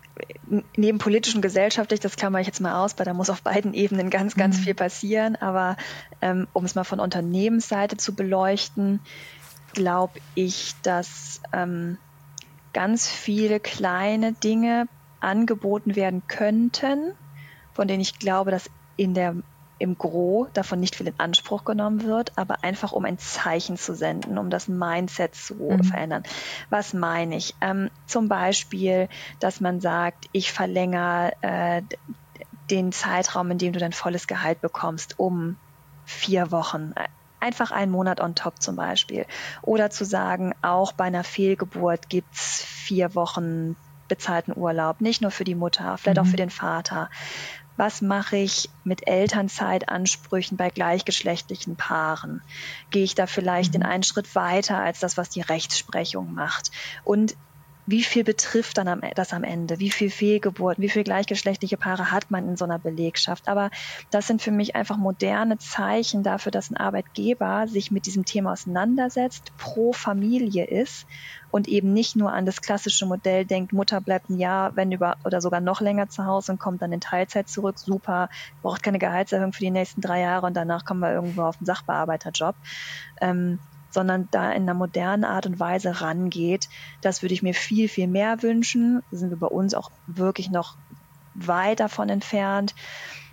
neben politisch und gesellschaftlich, das klammere ich jetzt mal aus, weil da muss auf beiden Ebenen ganz, ganz mhm. viel passieren. Aber ähm, um es mal von Unternehmensseite zu beleuchten, glaube ich, dass ähm, ganz viele kleine Dinge angeboten werden könnten, von denen ich glaube, dass in der im Gros davon nicht viel in Anspruch genommen wird, aber einfach um ein Zeichen zu senden, um das Mindset zu mhm. verändern. Was meine ich? Ähm, zum Beispiel, dass man sagt, ich verlängere äh, den Zeitraum, in dem du dein volles Gehalt bekommst, um vier Wochen. Einfach einen Monat on top zum Beispiel. Oder zu sagen, auch bei einer Fehlgeburt gibt's vier Wochen bezahlten Urlaub, nicht nur für die Mutter, vielleicht mhm. auch für den Vater. Was mache ich mit Elternzeitansprüchen bei gleichgeschlechtlichen Paaren? Gehe ich da vielleicht mhm. in einen Schritt weiter als das, was die Rechtsprechung macht? Und wie viel betrifft dann am, das am Ende? Wie viel Fehlgeburten, wie viele gleichgeschlechtliche Paare hat man in so einer Belegschaft? Aber das sind für mich einfach moderne Zeichen dafür, dass ein Arbeitgeber sich mit diesem Thema auseinandersetzt, pro Familie ist und eben nicht nur an das klassische Modell denkt, Mutter bleibt ein Jahr, wenn über oder sogar noch länger zu Hause und kommt dann in Teilzeit zurück. Super, braucht keine Gehaltserhöhung für die nächsten drei Jahre und danach kommen wir irgendwo auf einen Sachbearbeiterjob. Ähm, sondern da in einer modernen Art und Weise rangeht. Das würde ich mir viel, viel mehr wünschen. Da sind wir bei uns auch wirklich noch weit davon entfernt.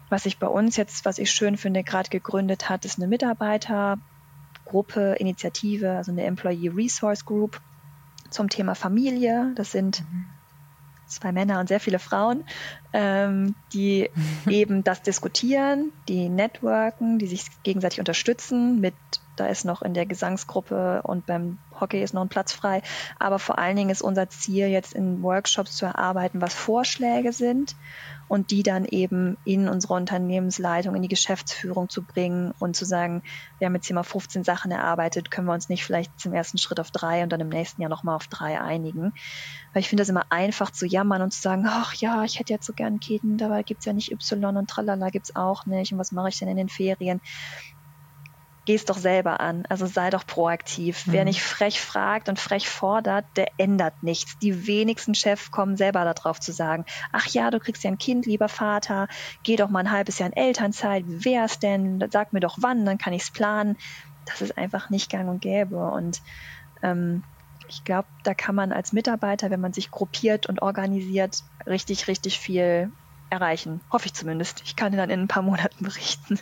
was sich bei uns jetzt, was ich schön finde, gerade gegründet hat, ist eine Mitarbeitergruppe, Initiative, also eine Employee Resource Group zum Thema Familie. Das sind mhm. zwei Männer und sehr viele Frauen, ähm, die eben das diskutieren, die networken, die sich gegenseitig unterstützen mit, da ist noch in der Gesangsgruppe und beim Hockey ist noch ein Platz frei. Aber vor allen Dingen ist unser Ziel, jetzt in Workshops zu erarbeiten, was Vorschläge sind und die dann eben in unsere Unternehmensleitung, in die Geschäftsführung zu bringen und zu sagen, wir haben jetzt hier mal fünfzehn Sachen erarbeitet, können wir uns nicht vielleicht zum ersten Schritt auf drei und dann im nächsten Jahr nochmal auf drei einigen. Weil ich finde das immer einfach zu jammern und zu sagen, ach ja, ich hätte jetzt so gern ein Kind, aber gibt's ja nicht Y und tralala gibt's auch nicht und was mache ich denn in den Ferien? Geh es doch selber an, also sei doch proaktiv. Mhm. Wer nicht frech fragt und frech fordert, der ändert nichts. Die wenigsten Chefs kommen selber darauf zu sagen, ach ja, du kriegst ja ein Kind, lieber Vater, geh doch mal ein halbes Jahr in Elternzeit, wie wär's denn, sag mir doch wann, dann kann ich's planen. Das ist einfach nicht gang und gäbe und ähm, ich glaube, da kann man als Mitarbeiter, wenn man sich gruppiert und organisiert, richtig, richtig viel erreichen. Hoffe ich zumindest. Ich kann dir dann in ein paar Monaten berichten.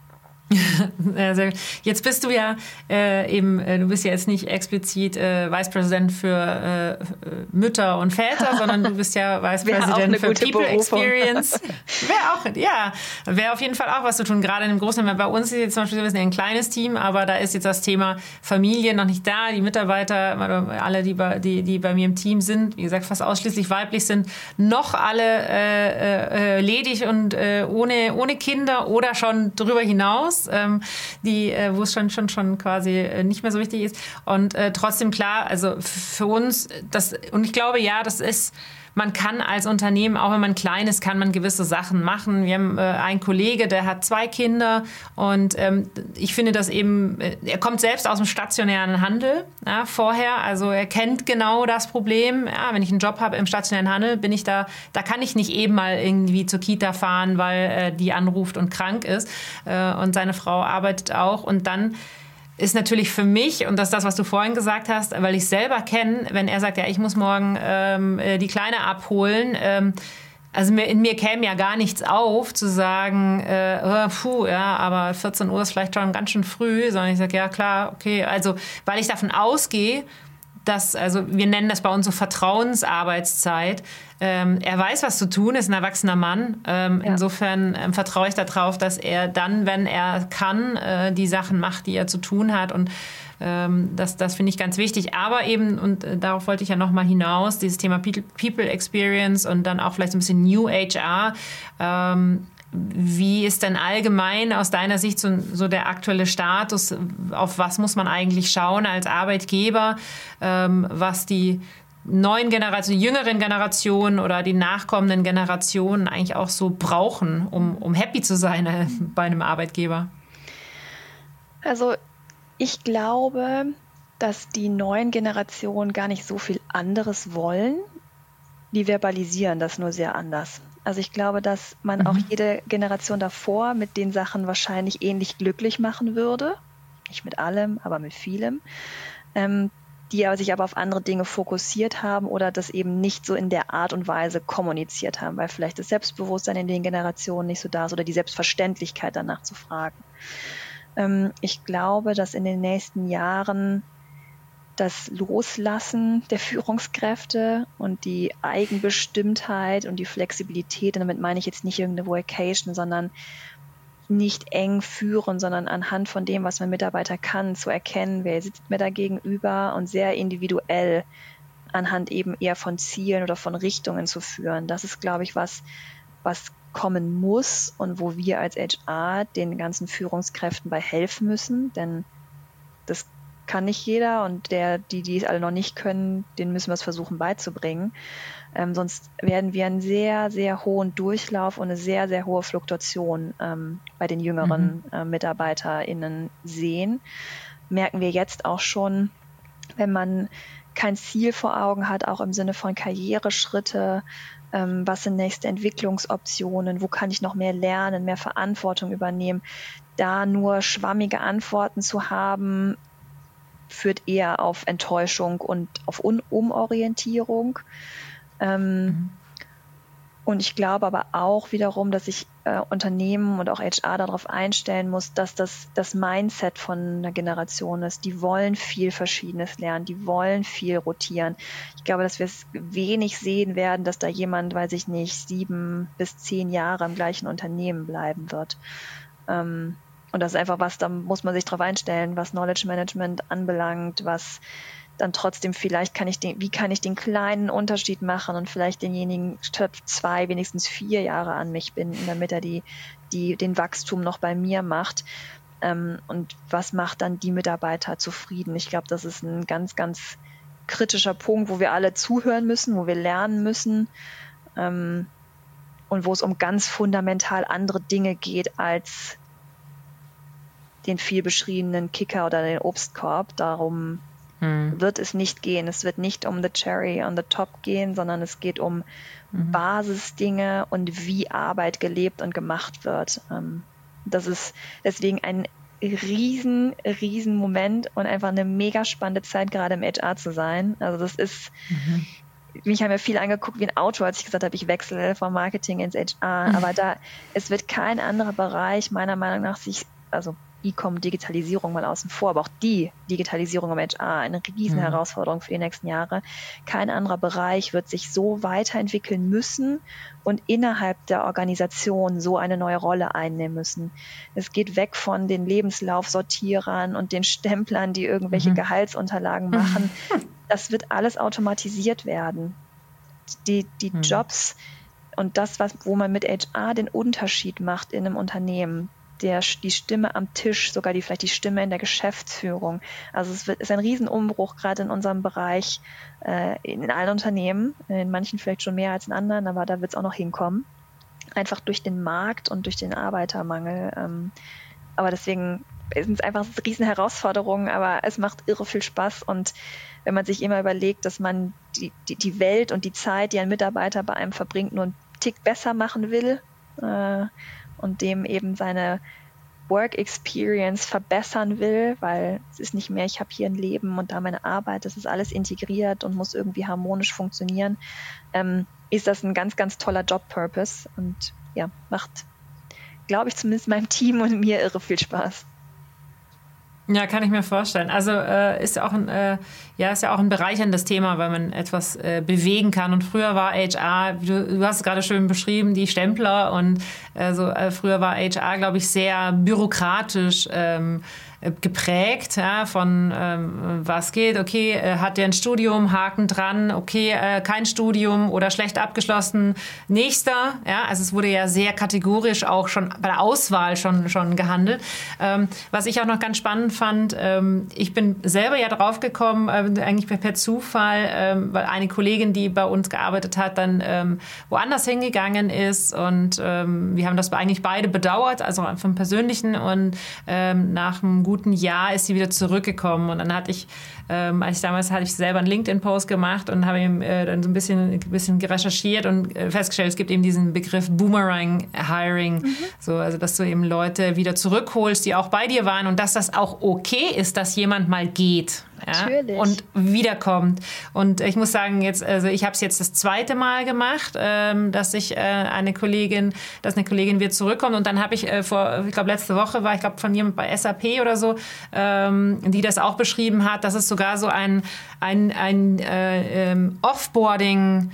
Ja, sehr gut. Jetzt bist du ja äh, eben, äh, du bist ja jetzt nicht explizit äh, Vice President für äh, Mütter und Väter, sondern du bist ja Vice President für People Berufung. Experience. Wäre auch, ja, wäre auf jeden Fall auch was zu tun, gerade in einem großen, bei uns ist jetzt zum Beispiel, wir sind ja ein kleines Team, aber da ist jetzt das Thema Familie noch nicht da, die Mitarbeiter, alle, die bei, die, die bei mir im Team sind, wie gesagt, fast ausschließlich weiblich sind, noch alle äh, äh, ledig und äh, ohne, ohne Kinder oder schon darüber hinaus. Ähm, die, äh, wo es schon, schon, schon quasi äh, nicht mehr so wichtig ist. Und äh, trotzdem klar, also für uns, das, und ich glaube, ja, das ist, man kann als Unternehmen, auch wenn man klein ist, kann man gewisse Sachen machen. Wir haben äh, einen Kollege, der hat zwei Kinder und ähm, ich finde das eben, äh, er kommt selbst aus dem stationären Handel ja, vorher, also er kennt genau das Problem. Ja, wenn ich einen Job habe im stationären Handel, bin ich da, da kann ich nicht eben mal irgendwie zur Kita fahren, weil äh, die anruft und krank ist äh, und seine Frau arbeitet auch und dann ist natürlich für mich, und das ist das, was du vorhin gesagt hast, weil ich selber kenne, wenn er sagt, ja, ich muss morgen ähm, die Kleine abholen, ähm, also mir, in mir käme ja gar nichts auf, zu sagen, äh, puh, ja, aber vierzehn Uhr ist vielleicht schon ganz schön früh, sondern ich sage, ja klar, okay, also weil ich davon ausgehe, dass, also wir nennen das bei uns so Vertrauensarbeitszeit. Ähm, er weiß, was zu tun ist, ein erwachsener Mann. Ähm, ja. Insofern ähm, vertraue ich darauf, dass er dann, wenn er kann, äh, die Sachen macht, die er zu tun hat. Und ähm, das, das finde ich ganz wichtig. Aber eben, und äh, darauf wollte ich ja nochmal hinaus, dieses Thema People Experience und dann auch vielleicht so ein bisschen New H R. Ähm, Wie ist denn allgemein aus deiner Sicht so, so der aktuelle Status? Auf was muss man eigentlich schauen als Arbeitgeber, ähm, was die neuen Generationen, jüngeren Generationen oder die nachkommenden Generationen eigentlich auch so brauchen, um, um happy zu sein äh, bei einem Arbeitgeber? Also ich glaube, dass die neuen Generationen gar nicht so viel anderes wollen. Die verbalisieren das nur sehr anders. Also ich glaube, dass man mhm. auch jede Generation davor mit den Sachen wahrscheinlich ähnlich glücklich machen würde. Nicht mit allem, aber mit vielem. Ähm, die aber sich aber auf andere Dinge fokussiert haben oder das eben nicht so in der Art und Weise kommuniziert haben, weil vielleicht das Selbstbewusstsein in den Generationen nicht so da ist oder die Selbstverständlichkeit danach zu fragen. Ähm, ich glaube, dass in den nächsten Jahren das Loslassen der Führungskräfte und die Eigenbestimmtheit und die Flexibilität, und damit meine ich jetzt nicht irgendeine Vocation, sondern nicht eng führen, sondern anhand von dem, was mein Mitarbeiter kann, zu erkennen, wer sitzt mir da gegenüber und sehr individuell anhand eben eher von Zielen oder von Richtungen zu führen. Das ist, glaube ich, was, was kommen muss und wo wir als H R den ganzen Führungskräften bei helfen müssen, denn das kann nicht jeder und der, die, die es alle noch nicht können, denen müssen wir es versuchen beizubringen. Ähm, sonst werden wir einen sehr, sehr hohen Durchlauf und eine sehr, sehr hohe Fluktuation ähm, bei den jüngeren mhm. äh, MitarbeiterInnen sehen. Merken wir jetzt auch schon, wenn man kein Ziel vor Augen hat, auch im Sinne von Karriereschritte, ähm, was sind nächste Entwicklungsoptionen, wo kann ich noch mehr lernen, mehr Verantwortung übernehmen, da nur schwammige Antworten zu haben, führt eher auf Enttäuschung und auf Un- Umorientierung. Ähm, mhm. Und ich glaube aber auch wiederum, dass ich äh, Unternehmen und auch H R darauf einstellen muss, dass das das Mindset von einer Generation ist. Die wollen viel Verschiedenes lernen, die wollen viel rotieren. Ich glaube, dass wir es wenig sehen werden, dass da jemand, weiß ich nicht, sieben bis zehn Jahre im gleichen Unternehmen bleiben wird. Ähm, und das ist einfach was, da muss man sich drauf einstellen, was Knowledge Management anbelangt, was dann trotzdem vielleicht kann ich den, wie kann ich den kleinen Unterschied machen und vielleicht denjenigen statt zwei wenigstens vier Jahre an mich binden, damit er die, die, den Wachstum noch bei mir macht. Ähm, und was macht dann die Mitarbeiter zufrieden? Ich glaube, das ist ein ganz, ganz kritischer Punkt, wo wir alle zuhören müssen, wo wir lernen müssen, ähm, und wo es um ganz fundamental andere Dinge geht als den viel beschriebenen Kicker oder den Obstkorb. Darum hm. wird es nicht gehen. Es wird nicht um the cherry on the top gehen, sondern es geht um mhm. Basisdinge und wie Arbeit gelebt und gemacht wird. Das ist deswegen ein riesen, riesen Moment und einfach eine mega spannende Zeit, gerade im H R zu sein. Also das ist, mhm. mich haben ja viele angeguckt wie ein Auto, als ich gesagt habe, ich wechsle vom Marketing ins H R. Mhm. Aber da, es wird kein anderer Bereich meiner Meinung nach sich, also E-Com, Digitalisierung mal außen vor, aber auch die Digitalisierung im H R, eine riesen Herausforderung für die nächsten Jahre. Kein anderer Bereich wird sich so weiterentwickeln müssen und innerhalb der Organisation so eine neue Rolle einnehmen müssen. Es geht weg von den Lebenslaufsortierern und den Stemplern, die irgendwelche mhm. Gehaltsunterlagen machen. Das wird alles automatisiert werden. Die, die mhm. Jobs und das, was, wo man mit H R den Unterschied macht in einem Unternehmen, Der, die Stimme am Tisch, sogar die vielleicht die Stimme in der Geschäftsführung. Also es wird, ist ein Riesenumbruch, gerade in unserem Bereich, äh, in, in allen Unternehmen, in manchen vielleicht schon mehr als in anderen, aber da wird es auch noch hinkommen. Einfach durch den Markt und durch den Arbeitermangel. Ähm, aber deswegen sind es einfach riesen Herausforderungen, aber es macht irre viel Spaß. Und wenn man sich immer überlegt, dass man die, die, die Welt und die Zeit, die ein Mitarbeiter bei einem verbringt, nur einen Tick besser machen will, äh, und dem eben seine Work Experience verbessern will, weil es ist nicht mehr, ich habe hier ein Leben und da meine Arbeit, das ist alles integriert und muss irgendwie harmonisch funktionieren, ähm, ist das ein ganz, ganz toller Job-Purpose und ja, macht, glaube ich, zumindest meinem Team und mir irre viel Spaß. Ja, kann ich mir vorstellen. Also äh, ist auch ein, äh, ja, ist ja auch ein bereicherndes Thema, weil man etwas äh, bewegen kann. Und früher war H R, du, du hast es gerade schön beschrieben, die Stempler und äh, so, äh, früher war H R, glaube ich, sehr bürokratisch ähm, geprägt, ja, von ähm, was geht, okay, äh, hat der ein Studium, Haken dran, okay, äh, kein Studium oder schlecht abgeschlossen, nächster, ja, also es wurde ja sehr kategorisch auch schon bei der Auswahl schon, schon gehandelt. Ähm, was ich auch noch ganz spannend fand, ähm, ich bin selber ja drauf gekommen, äh, eigentlich per, per Zufall, ähm, weil eine Kollegin, die bei uns gearbeitet hat, dann ähm, woanders hingegangen ist und ähm, wir haben das eigentlich beide bedauert, also vom Persönlichen und ähm, nach einem guten Jahr ist sie wieder zurückgekommen und dann hatte ich, ähm, als ich damals hatte ich selber einen LinkedIn-Post gemacht und habe eben äh, dann so ein bisschen, ein bisschen recherchiert und äh, festgestellt, es gibt eben diesen Begriff Boomerang-Hiring, mhm. so, also dass du eben Leute wieder zurückholst, die auch bei dir waren und dass das auch okay ist, dass jemand mal geht. Ja, und wiederkommt. Und ich muss sagen, jetzt, also ich habe es jetzt das zweite Mal gemacht, ähm, dass ich äh, eine Kollegin, dass eine Kollegin wieder zurückkommt. Und dann habe ich äh, vor, ich glaube letzte Woche war ich glaube von jemand bei S A P oder so, ähm, die das auch beschrieben hat, dass es sogar so ein ein ein äh, ähm, Offboarding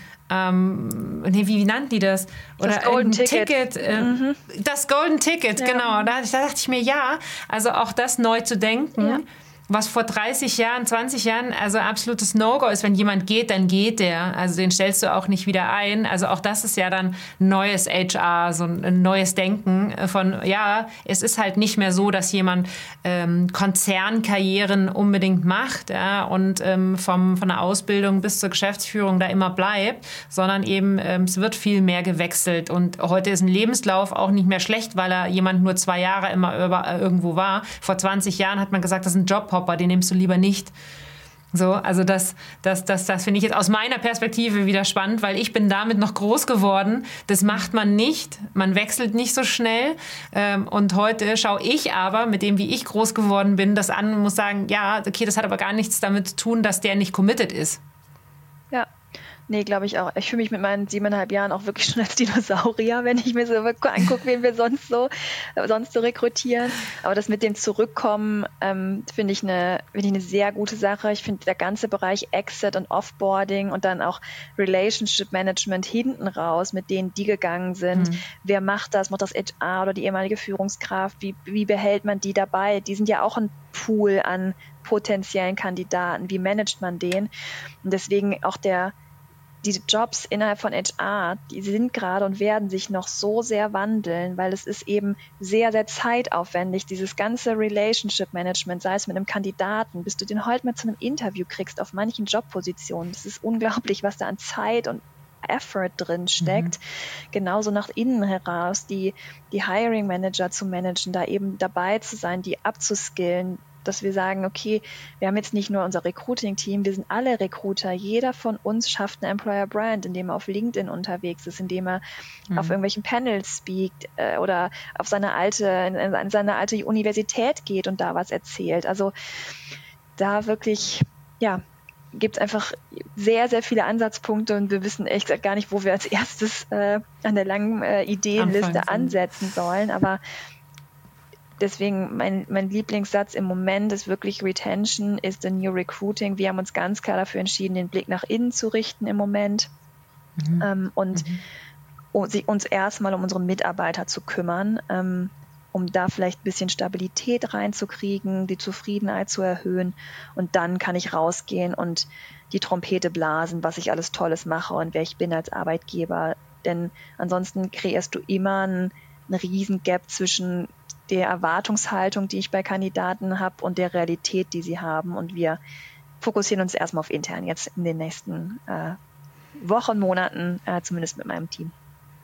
Ähm, nee, wie, wie nannten die das? Oder das Golden Ticket. Ticket äh, mhm. Das Golden Ticket, ja. Genau. Da, da dachte ich mir, ja, also auch das neu zu denken. Ja. Was vor dreißig Jahren, zwanzig Jahren also absolutes No-Go ist, wenn jemand geht, dann geht der. Also den stellst du auch nicht wieder ein. Also auch das ist ja dann neues H R, so ein neues Denken von, ja, es ist halt nicht mehr so, dass jemand ähm, Konzernkarrieren unbedingt macht, ja, und ähm, vom, von der Ausbildung bis zur Geschäftsführung da immer bleibt, sondern eben ähm, es wird viel mehr gewechselt. Und heute ist ein Lebenslauf auch nicht mehr schlecht, weil er jemand nur zwei Jahre immer über, äh, irgendwo war. Vor zwanzig Jahren hat man gesagt, das ist ein Jobhopper, den nimmst du lieber nicht. So, also das, das, das, das finde ich jetzt aus meiner Perspektive wieder spannend, weil ich bin damit noch groß geworden. Das macht man nicht. Man wechselt nicht so schnell. Und heute schaue ich aber, mit dem, wie ich groß geworden bin, das an und muss sagen, ja, okay, das hat aber gar nichts damit zu tun, dass der nicht committed ist. Ja, Nee, glaube ich auch. Ich fühle mich mit meinen siebeneinhalb Jahren auch wirklich schon als Dinosaurier, wenn ich mir so angucke, wen wir sonst so, sonst so rekrutieren. Aber das mit dem Zurückkommen ähm, finde ich eine finde ich eine sehr gute Sache. Ich finde der ganze Bereich Exit und Offboarding und dann auch Relationship Management hinten raus, mit denen die gegangen sind. Mhm. Wer macht das? Macht das H R oder die ehemalige Führungskraft? Wie, wie behält man die dabei? Die sind ja auch ein Pool an potenziellen Kandidaten. Wie managt man den? Und deswegen auch der diese Jobs innerhalb von H R, die sind gerade und werden sich noch so sehr wandeln, weil es ist eben sehr, sehr zeitaufwendig, dieses ganze Relationship Management, sei es mit einem Kandidaten, bis du den heute mal zu einem Interview kriegst auf manchen Jobpositionen. Das ist unglaublich, was da an Zeit und Effort drin steckt. Mhm. Genauso nach innen heraus, die, die Hiring Manager zu managen, da eben dabei zu sein, die abzuskillen, dass wir sagen, okay, wir haben jetzt nicht nur unser Recruiting-Team, wir sind alle Recruiter. Jeder von uns schafft eine Employer-Brand, indem er auf LinkedIn unterwegs ist, indem er mhm. auf irgendwelchen Panels speakt äh, oder auf seine alte, in, in seine alte Universität geht und da was erzählt. Also da wirklich, ja, gibt es einfach sehr, sehr viele Ansatzpunkte und wir wissen echt gesagt gar nicht, wo wir als erstes äh, an der langen äh, Ideenliste ansetzen sollen. Aber deswegen mein, mein Lieblingssatz im Moment ist wirklich Retention is the new recruiting. Wir haben uns ganz klar dafür entschieden, den Blick nach innen zu richten im Moment mhm. ähm, und mhm. um, uns erstmal um unsere Mitarbeiter zu kümmern, ähm, um da vielleicht ein bisschen Stabilität reinzukriegen, die Zufriedenheit zu erhöhen und dann kann ich rausgehen und die Trompete blasen, was ich alles Tolles mache und wer ich bin als Arbeitgeber. Denn ansonsten kreierst du immer einen, einen riesen Gap zwischen der Erwartungshaltung, die ich bei Kandidaten habe und der Realität, die sie haben. Und wir fokussieren uns erstmal auf intern jetzt in den nächsten äh, Wochen, Monaten, äh, zumindest mit meinem Team.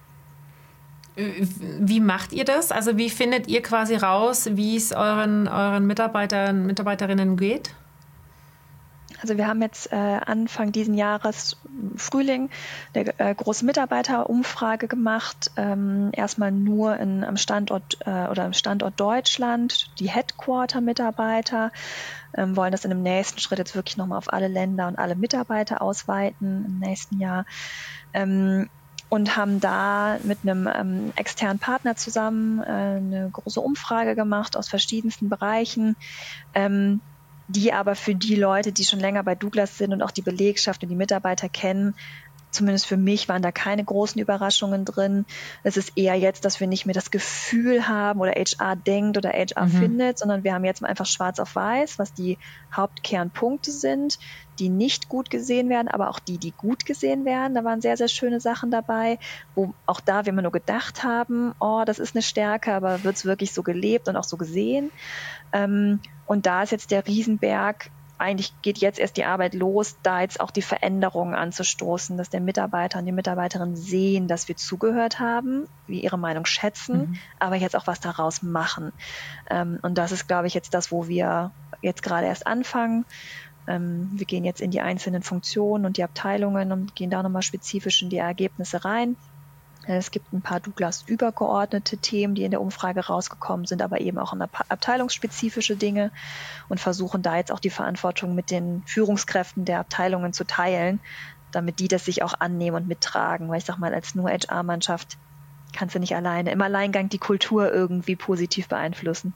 Wie macht ihr das? Also wie findet ihr quasi raus, wie es euren, euren Mitarbeitern, Mitarbeiterinnen geht? Also wir haben jetzt äh, Anfang diesen Jahres Frühling eine äh, große Mitarbeiterumfrage gemacht. Ähm, erstmal nur in, am Standort äh, oder am Standort Deutschland, die Headquarter-Mitarbeiter, ähm, wollen das in dem nächsten Schritt jetzt wirklich nochmal auf alle Länder und alle Mitarbeiter ausweiten im nächsten Jahr. Ähm, und haben da mit einem ähm, externen Partner zusammen äh, eine große Umfrage gemacht aus verschiedensten Bereichen, ähm, die aber für die Leute, die schon länger bei Douglas sind und auch die Belegschaft und die Mitarbeiter kennen, zumindest für mich waren da keine großen Überraschungen drin. Es ist eher jetzt, dass wir nicht mehr das Gefühl haben oder H R denkt oder H R mhm. findet, sondern wir haben jetzt einfach schwarz auf weiß, was die Hauptkernpunkte sind, die nicht gut gesehen werden, aber auch die, die gut gesehen werden. Da waren sehr, sehr schöne Sachen dabei, wo auch da wir immer nur gedacht haben, oh, das ist eine Stärke, aber wird es wirklich so gelebt und auch so gesehen? Ähm, und da ist jetzt der Riesenberg. Eigentlich geht jetzt erst die Arbeit los, da jetzt auch die Veränderungen anzustoßen, dass der Mitarbeiter und die Mitarbeiterin sehen, dass wir zugehört haben, wir ihre Meinung schätzen, mhm. aber jetzt auch was daraus machen. Ähm, und das ist, glaube ich, jetzt das, wo wir jetzt gerade erst anfangen. Ähm, wir gehen jetzt in die einzelnen Funktionen und die Abteilungen und gehen da nochmal spezifisch in die Ergebnisse rein. Es gibt ein paar Douglas-übergeordnete Themen, die in der Umfrage rausgekommen sind, aber eben auch abteilungsspezifische Dinge und versuchen da jetzt auch die Verantwortung mit den Führungskräften der Abteilungen zu teilen, damit die das sich auch annehmen und mittragen. Weil ich sag mal, als nur H R-Mannschaft kannst du nicht alleine im Alleingang die Kultur irgendwie positiv beeinflussen.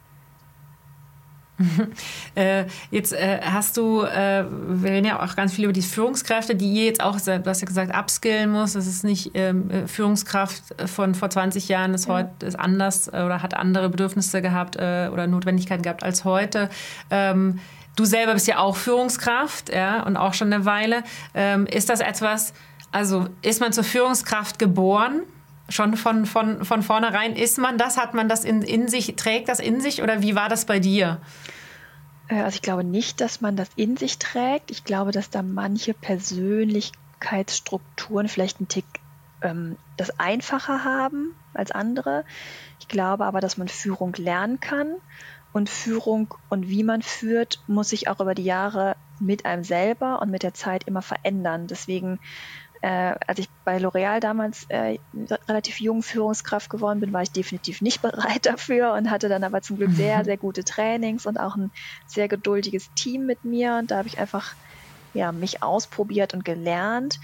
äh, jetzt äh, hast du, äh, wir reden ja auch ganz viel über die Führungskräfte, die ihr jetzt auch, du hast ja gesagt, upskillen muss. Das ist nicht ähm, Führungskraft von vor zwanzig Jahren, ist ja. heute ist anders äh, oder hat andere Bedürfnisse gehabt äh, oder Notwendigkeiten gehabt als heute. Ähm, du selber bist ja auch Führungskraft, ja, und auch schon eine Weile. Ähm, ist das etwas, also ist man zur Führungskraft geboren? Schon von, von, von vornherein ist man das? Hat man das in, in sich, trägt das in sich oder wie war das bei dir? Also ich glaube nicht, dass man das in sich trägt. Ich glaube, dass da manche Persönlichkeitsstrukturen vielleicht einen Tick ähm, das einfacher haben als andere. Ich glaube aber, dass man Führung lernen kann und Führung und wie man führt, muss sich auch über die Jahre mit einem selber und mit der Zeit immer verändern. Deswegen Äh, als ich bei L'Oréal damals äh, relativ jung Führungskraft geworden bin, war ich definitiv nicht bereit dafür und hatte dann aber zum Glück sehr, sehr gute Trainings und auch ein sehr geduldiges Team mit mir. Und da habe ich einfach ja, mich ausprobiert und gelernt.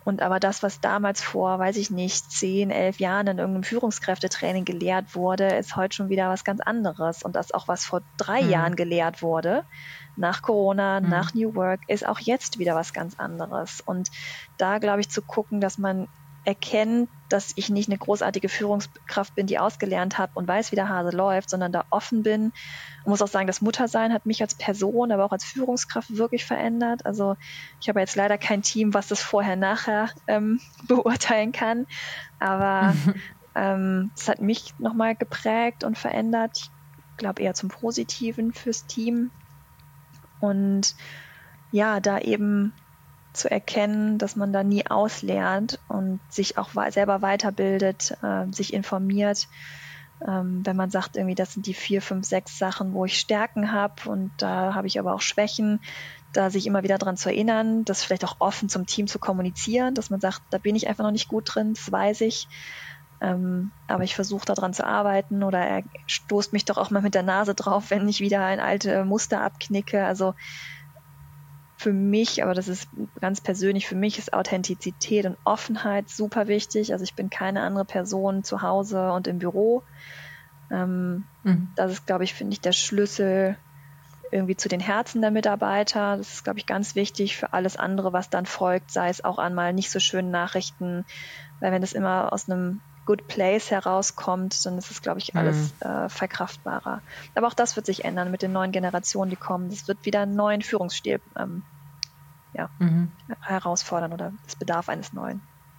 Und aber das, was damals vor, weiß ich nicht, zehn, elf Jahren in irgendeinem Führungskräftetraining gelehrt wurde, ist heute schon wieder was ganz anderes. Und das auch, was vor drei mhm. Jahren gelehrt wurde, nach Corona, mhm. nach New Work, ist auch jetzt wieder was ganz anderes. Und da, glaube ich, zu gucken, dass man erkennt, dass ich nicht eine großartige Führungskraft bin, die ausgelernt habe und weiß, wie der Hase läuft, sondern da offen bin. Ich muss auch sagen, das Muttersein hat mich als Person, aber auch als Führungskraft wirklich verändert. Also ich habe jetzt leider kein Team, was das vorher-nachher ähm, beurteilen kann, aber ähm, es hat mich nochmal geprägt und verändert. Ich glaube eher zum Positiven fürs Team. Und ja, da eben zu erkennen, dass man da nie auslernt und sich auch selber weiterbildet, äh, sich informiert. Ähm, wenn man sagt, irgendwie, das sind die vier, fünf, sechs Sachen, wo ich Stärken habe und da habe ich aber auch Schwächen, da sich immer wieder dran zu erinnern, das vielleicht auch offen zum Team zu kommunizieren, dass man sagt, da bin ich einfach noch nicht gut drin, das weiß ich. Ähm, aber ich versuche daran zu arbeiten oder er stoßt mich doch auch mal mit der Nase drauf, wenn ich wieder ein alte Muster abknicke. Also für mich, aber das ist ganz persönlich, für mich ist Authentizität und Offenheit super wichtig. Also ich bin keine andere Person zu Hause und im Büro. Ähm, mhm. Das ist, glaube ich, finde ich, der Schlüssel irgendwie zu den Herzen der Mitarbeiter. Das ist, glaube ich, ganz wichtig für alles andere, was dann folgt, sei es auch einmal nicht so schönen Nachrichten, weil wenn das immer aus einem Good Place herauskommt, dann ist es, glaube ich, alles mhm. äh, verkraftbarer. Aber auch das wird sich ändern mit den neuen Generationen, die kommen. Es wird wieder einen neuen Führungsstil ähm, ja, mhm. herausfordern oder es bedarf eines neuen.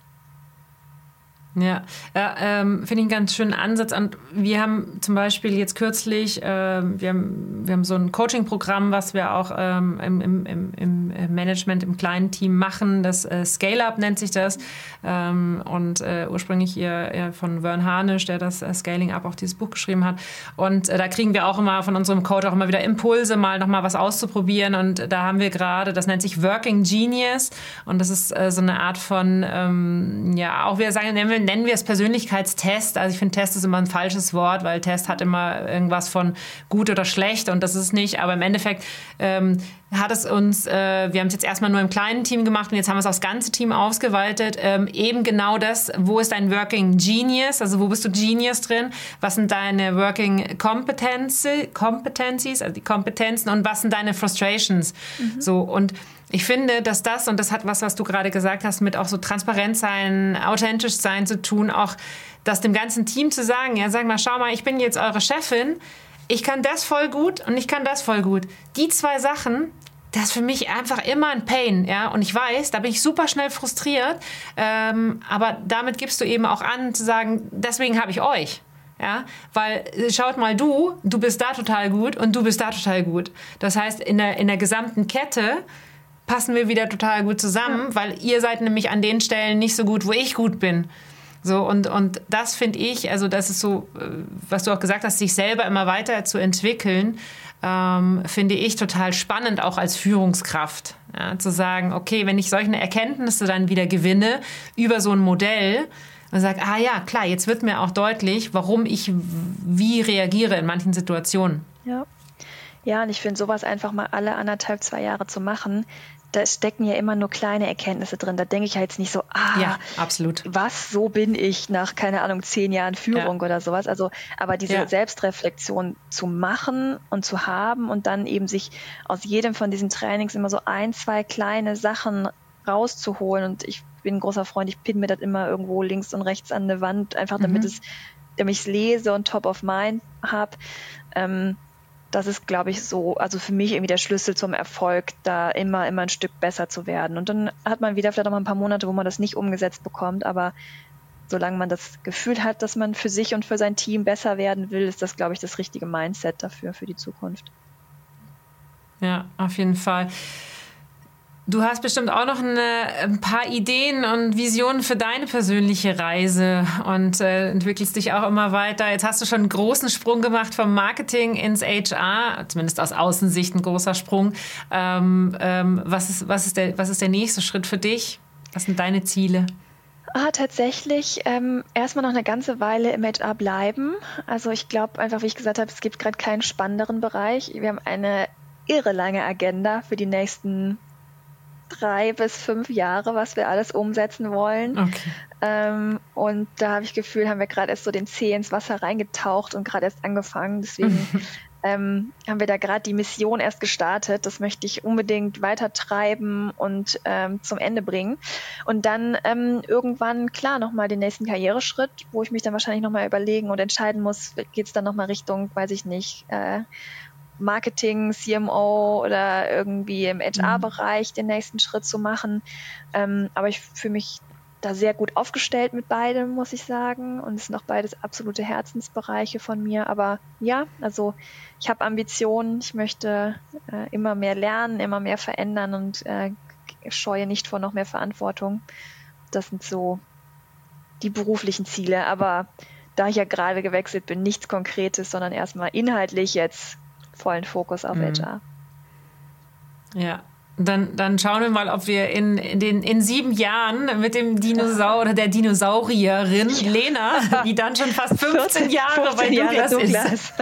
Ja, ja ähm, finde ich einen ganz schönen Ansatz. Und wir haben zum Beispiel jetzt kürzlich, äh, wir, haben, wir haben so ein Coaching-Programm, was wir auch ähm, im, im, im Management, im kleinen Team machen. Das äh, Scale-Up nennt sich das. Ähm, und äh, ursprünglich ihr, ihr von Vern Harnisch, der das äh, Scaling Up auch dieses Buch geschrieben hat. Und äh, da kriegen wir auch immer von unserem Coach auch immer wieder Impulse, mal nochmal was auszuprobieren. Und da haben wir gerade, das nennt sich Working Genius. Und das ist äh, so eine Art von, ähm, ja, auch wir sagen, nennen wir nennen wir es Persönlichkeitstest. Also ich finde, Test ist immer ein falsches Wort, weil Test hat immer irgendwas von gut oder schlecht und das ist nicht. Aber im Endeffekt ähm, hat es uns, äh, wir haben es jetzt erstmal nur im kleinen Team gemacht und jetzt haben wir es aufs ganze Team ausgeweitet. Ähm, eben genau das, wo ist dein Working Genius? Also wo bist du Genius drin? Was sind deine Working Competencies, Competencies, also die Kompetenzen und was sind deine Frustrations? Mhm. So und ich finde, dass das, und das hat was, was du gerade gesagt hast, mit auch so transparent sein, authentisch sein zu tun, auch das dem ganzen Team zu sagen, ja, sag mal, schau mal, ich bin jetzt eure Chefin, ich kann das voll gut und ich kann das voll gut. Die zwei Sachen, das ist für mich einfach immer ein Pain, ja, und ich weiß, da bin ich super schnell frustriert, ähm, aber damit gibst du eben auch an, zu sagen, deswegen habe ich euch. Ja, weil schaut mal, du, du bist da total gut und du bist da total gut. Das heißt, in der, in der gesamten Kette passen wir wieder total gut zusammen, ja. weil ihr seid nämlich an den Stellen nicht so gut, wo ich gut bin. So, und, und das finde ich, also das ist so, was du auch gesagt hast, sich selber immer weiter zu entwickeln, ähm, finde ich total spannend, auch als Führungskraft. Ja, zu sagen, okay, wenn ich solche Erkenntnisse dann wieder gewinne über so ein Modell und sage, ah ja, klar, jetzt wird mir auch deutlich, warum ich wie reagiere in manchen Situationen. Ja. Ja, und ich finde, sowas einfach mal alle anderthalb, zwei Jahre zu machen, da stecken ja immer nur kleine Erkenntnisse drin. Da denke ich ja jetzt nicht so, ah, ja, absolut. Was, so bin ich nach, keine Ahnung, zehn Jahren Führung ja. oder sowas. Also, aber diese ja. Selbstreflexion zu machen und zu haben und dann eben sich aus jedem von diesen Trainings immer so ein, zwei kleine Sachen rauszuholen. Und ich bin ein großer Freund, ich pinne mir das immer irgendwo links und rechts an eine Wand, einfach damit mhm. es, damit ich es lese und top of mind habe. Ähm, Das ist, glaube ich, so, also für mich irgendwie der Schlüssel zum Erfolg, da immer, immer ein Stück besser zu werden. Und dann hat man wieder vielleicht auch mal ein paar Monate, wo man das nicht umgesetzt bekommt. Aber solange man das Gefühl hat, dass man für sich und für sein Team besser werden will, ist das, glaube ich, das richtige Mindset dafür, für die Zukunft. Ja, auf jeden Fall. Du hast bestimmt auch noch eine, ein paar Ideen und Visionen für deine persönliche Reise und äh, entwickelst dich auch immer weiter. Jetzt hast du schon einen großen Sprung gemacht vom Marketing ins H R, zumindest aus Außensicht ein großer Sprung. Ähm, ähm, was ist, was ist der, was ist der nächste Schritt für dich? Was sind deine Ziele? Ah, tatsächlich ähm, erstmal noch eine ganze Weile im H R bleiben. Also ich glaube einfach, wie ich gesagt habe, es gibt gerade keinen spannenderen Bereich. Wir haben eine irre lange Agenda für die nächsten drei bis fünf Jahre, was wir alles umsetzen wollen. Okay. Ähm, und da habe ich das Gefühl, haben wir gerade erst so den Zeh ins Wasser reingetaucht und gerade erst angefangen. Deswegen ähm, haben wir da gerade die Mission erst gestartet. Das möchte ich unbedingt weiter treiben und ähm, zum Ende bringen. Und dann ähm, irgendwann, klar, nochmal den nächsten Karriereschritt, wo ich mich dann wahrscheinlich nochmal überlegen und entscheiden muss, geht es dann nochmal Richtung, weiß ich nicht, äh, Marketing, C M O oder irgendwie im H R-Bereich den nächsten Schritt zu machen. Ähm, aber ich fühle mich da sehr gut aufgestellt mit beidem, muss ich sagen. Und es sind auch beides absolute Herzensbereiche von mir. Aber ja, also ich habe Ambitionen. Ich möchte äh, immer mehr lernen, immer mehr verändern und äh, scheue nicht vor noch mehr Verantwortung. Das sind so die beruflichen Ziele. Aber da ich ja gerade gewechselt bin, nichts Konkretes, sondern erstmal inhaltlich jetzt vollen Fokus auf mhm. H R. Ja, dann, dann schauen wir mal, ob wir in, in, den, in sieben Jahren mit dem Dinosaurier oder der Dinosaurierin ja. Lena, die dann schon fast fünfzehn Jahre bei Douglas, Douglas ist.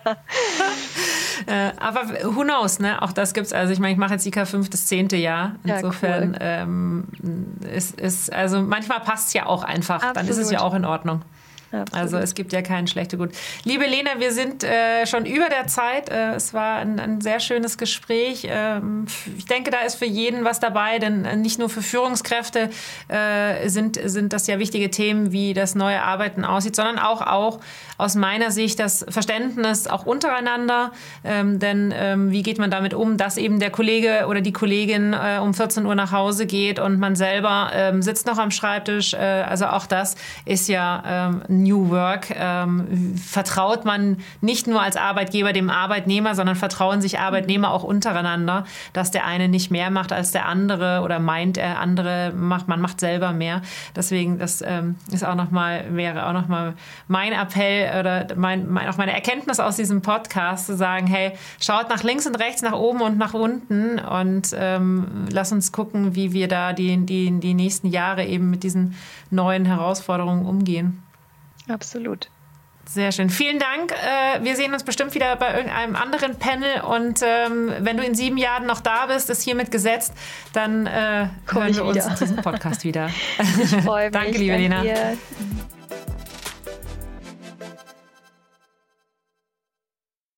äh, aber who knows, ne? Auch das gibt's. Also ich meine, ich mache jetzt I K fünf das zehnte Jahr. Insofern ja, cool. ähm, ist, ist, also manchmal passt es ja auch einfach. Absolut. Dann ist es ja auch in Ordnung. Absolut. Also es gibt ja keinen schlechte Gut. Liebe Lena, wir sind äh, schon über der Zeit. Äh, es war ein, ein sehr schönes Gespräch. Ähm, ich denke, da ist für jeden was dabei, denn nicht nur für Führungskräfte äh, sind, sind das ja wichtige Themen, wie das neue Arbeiten aussieht, sondern auch, auch aus meiner Sicht das Verständnis auch untereinander. Ähm, denn ähm, wie geht man damit um, dass eben der Kollege oder die Kollegin äh, um vierzehn Uhr nach Hause geht und man selber ähm, sitzt noch am Schreibtisch. Äh, also auch das ist ja ähm, New Work. Ähm, vertraut man nicht nur als Arbeitgeber dem Arbeitnehmer, sondern vertrauen sich Arbeitnehmer auch untereinander, dass der eine nicht mehr macht als der andere oder meint, der andere macht, man macht selber mehr. Deswegen, das ähm, ist auch noch mal, wäre auch noch mal mein Appell oder mein, mein, auch meine Erkenntnis aus diesem Podcast, zu sagen, hey, schaut nach links und rechts, nach oben und nach unten und ähm, lass uns gucken, wie wir da die, die, die nächsten Jahre eben mit diesen neuen Herausforderungen umgehen. Absolut. Sehr schön. Vielen Dank. Wir sehen uns bestimmt wieder bei irgendeinem anderen Panel. Und ähm, wenn du in sieben Jahren noch da bist, ist hiermit gesetzt, dann äh, hören wir uns in diesem Podcast wieder. Ich freue mich. Danke, liebe Lena. Dir.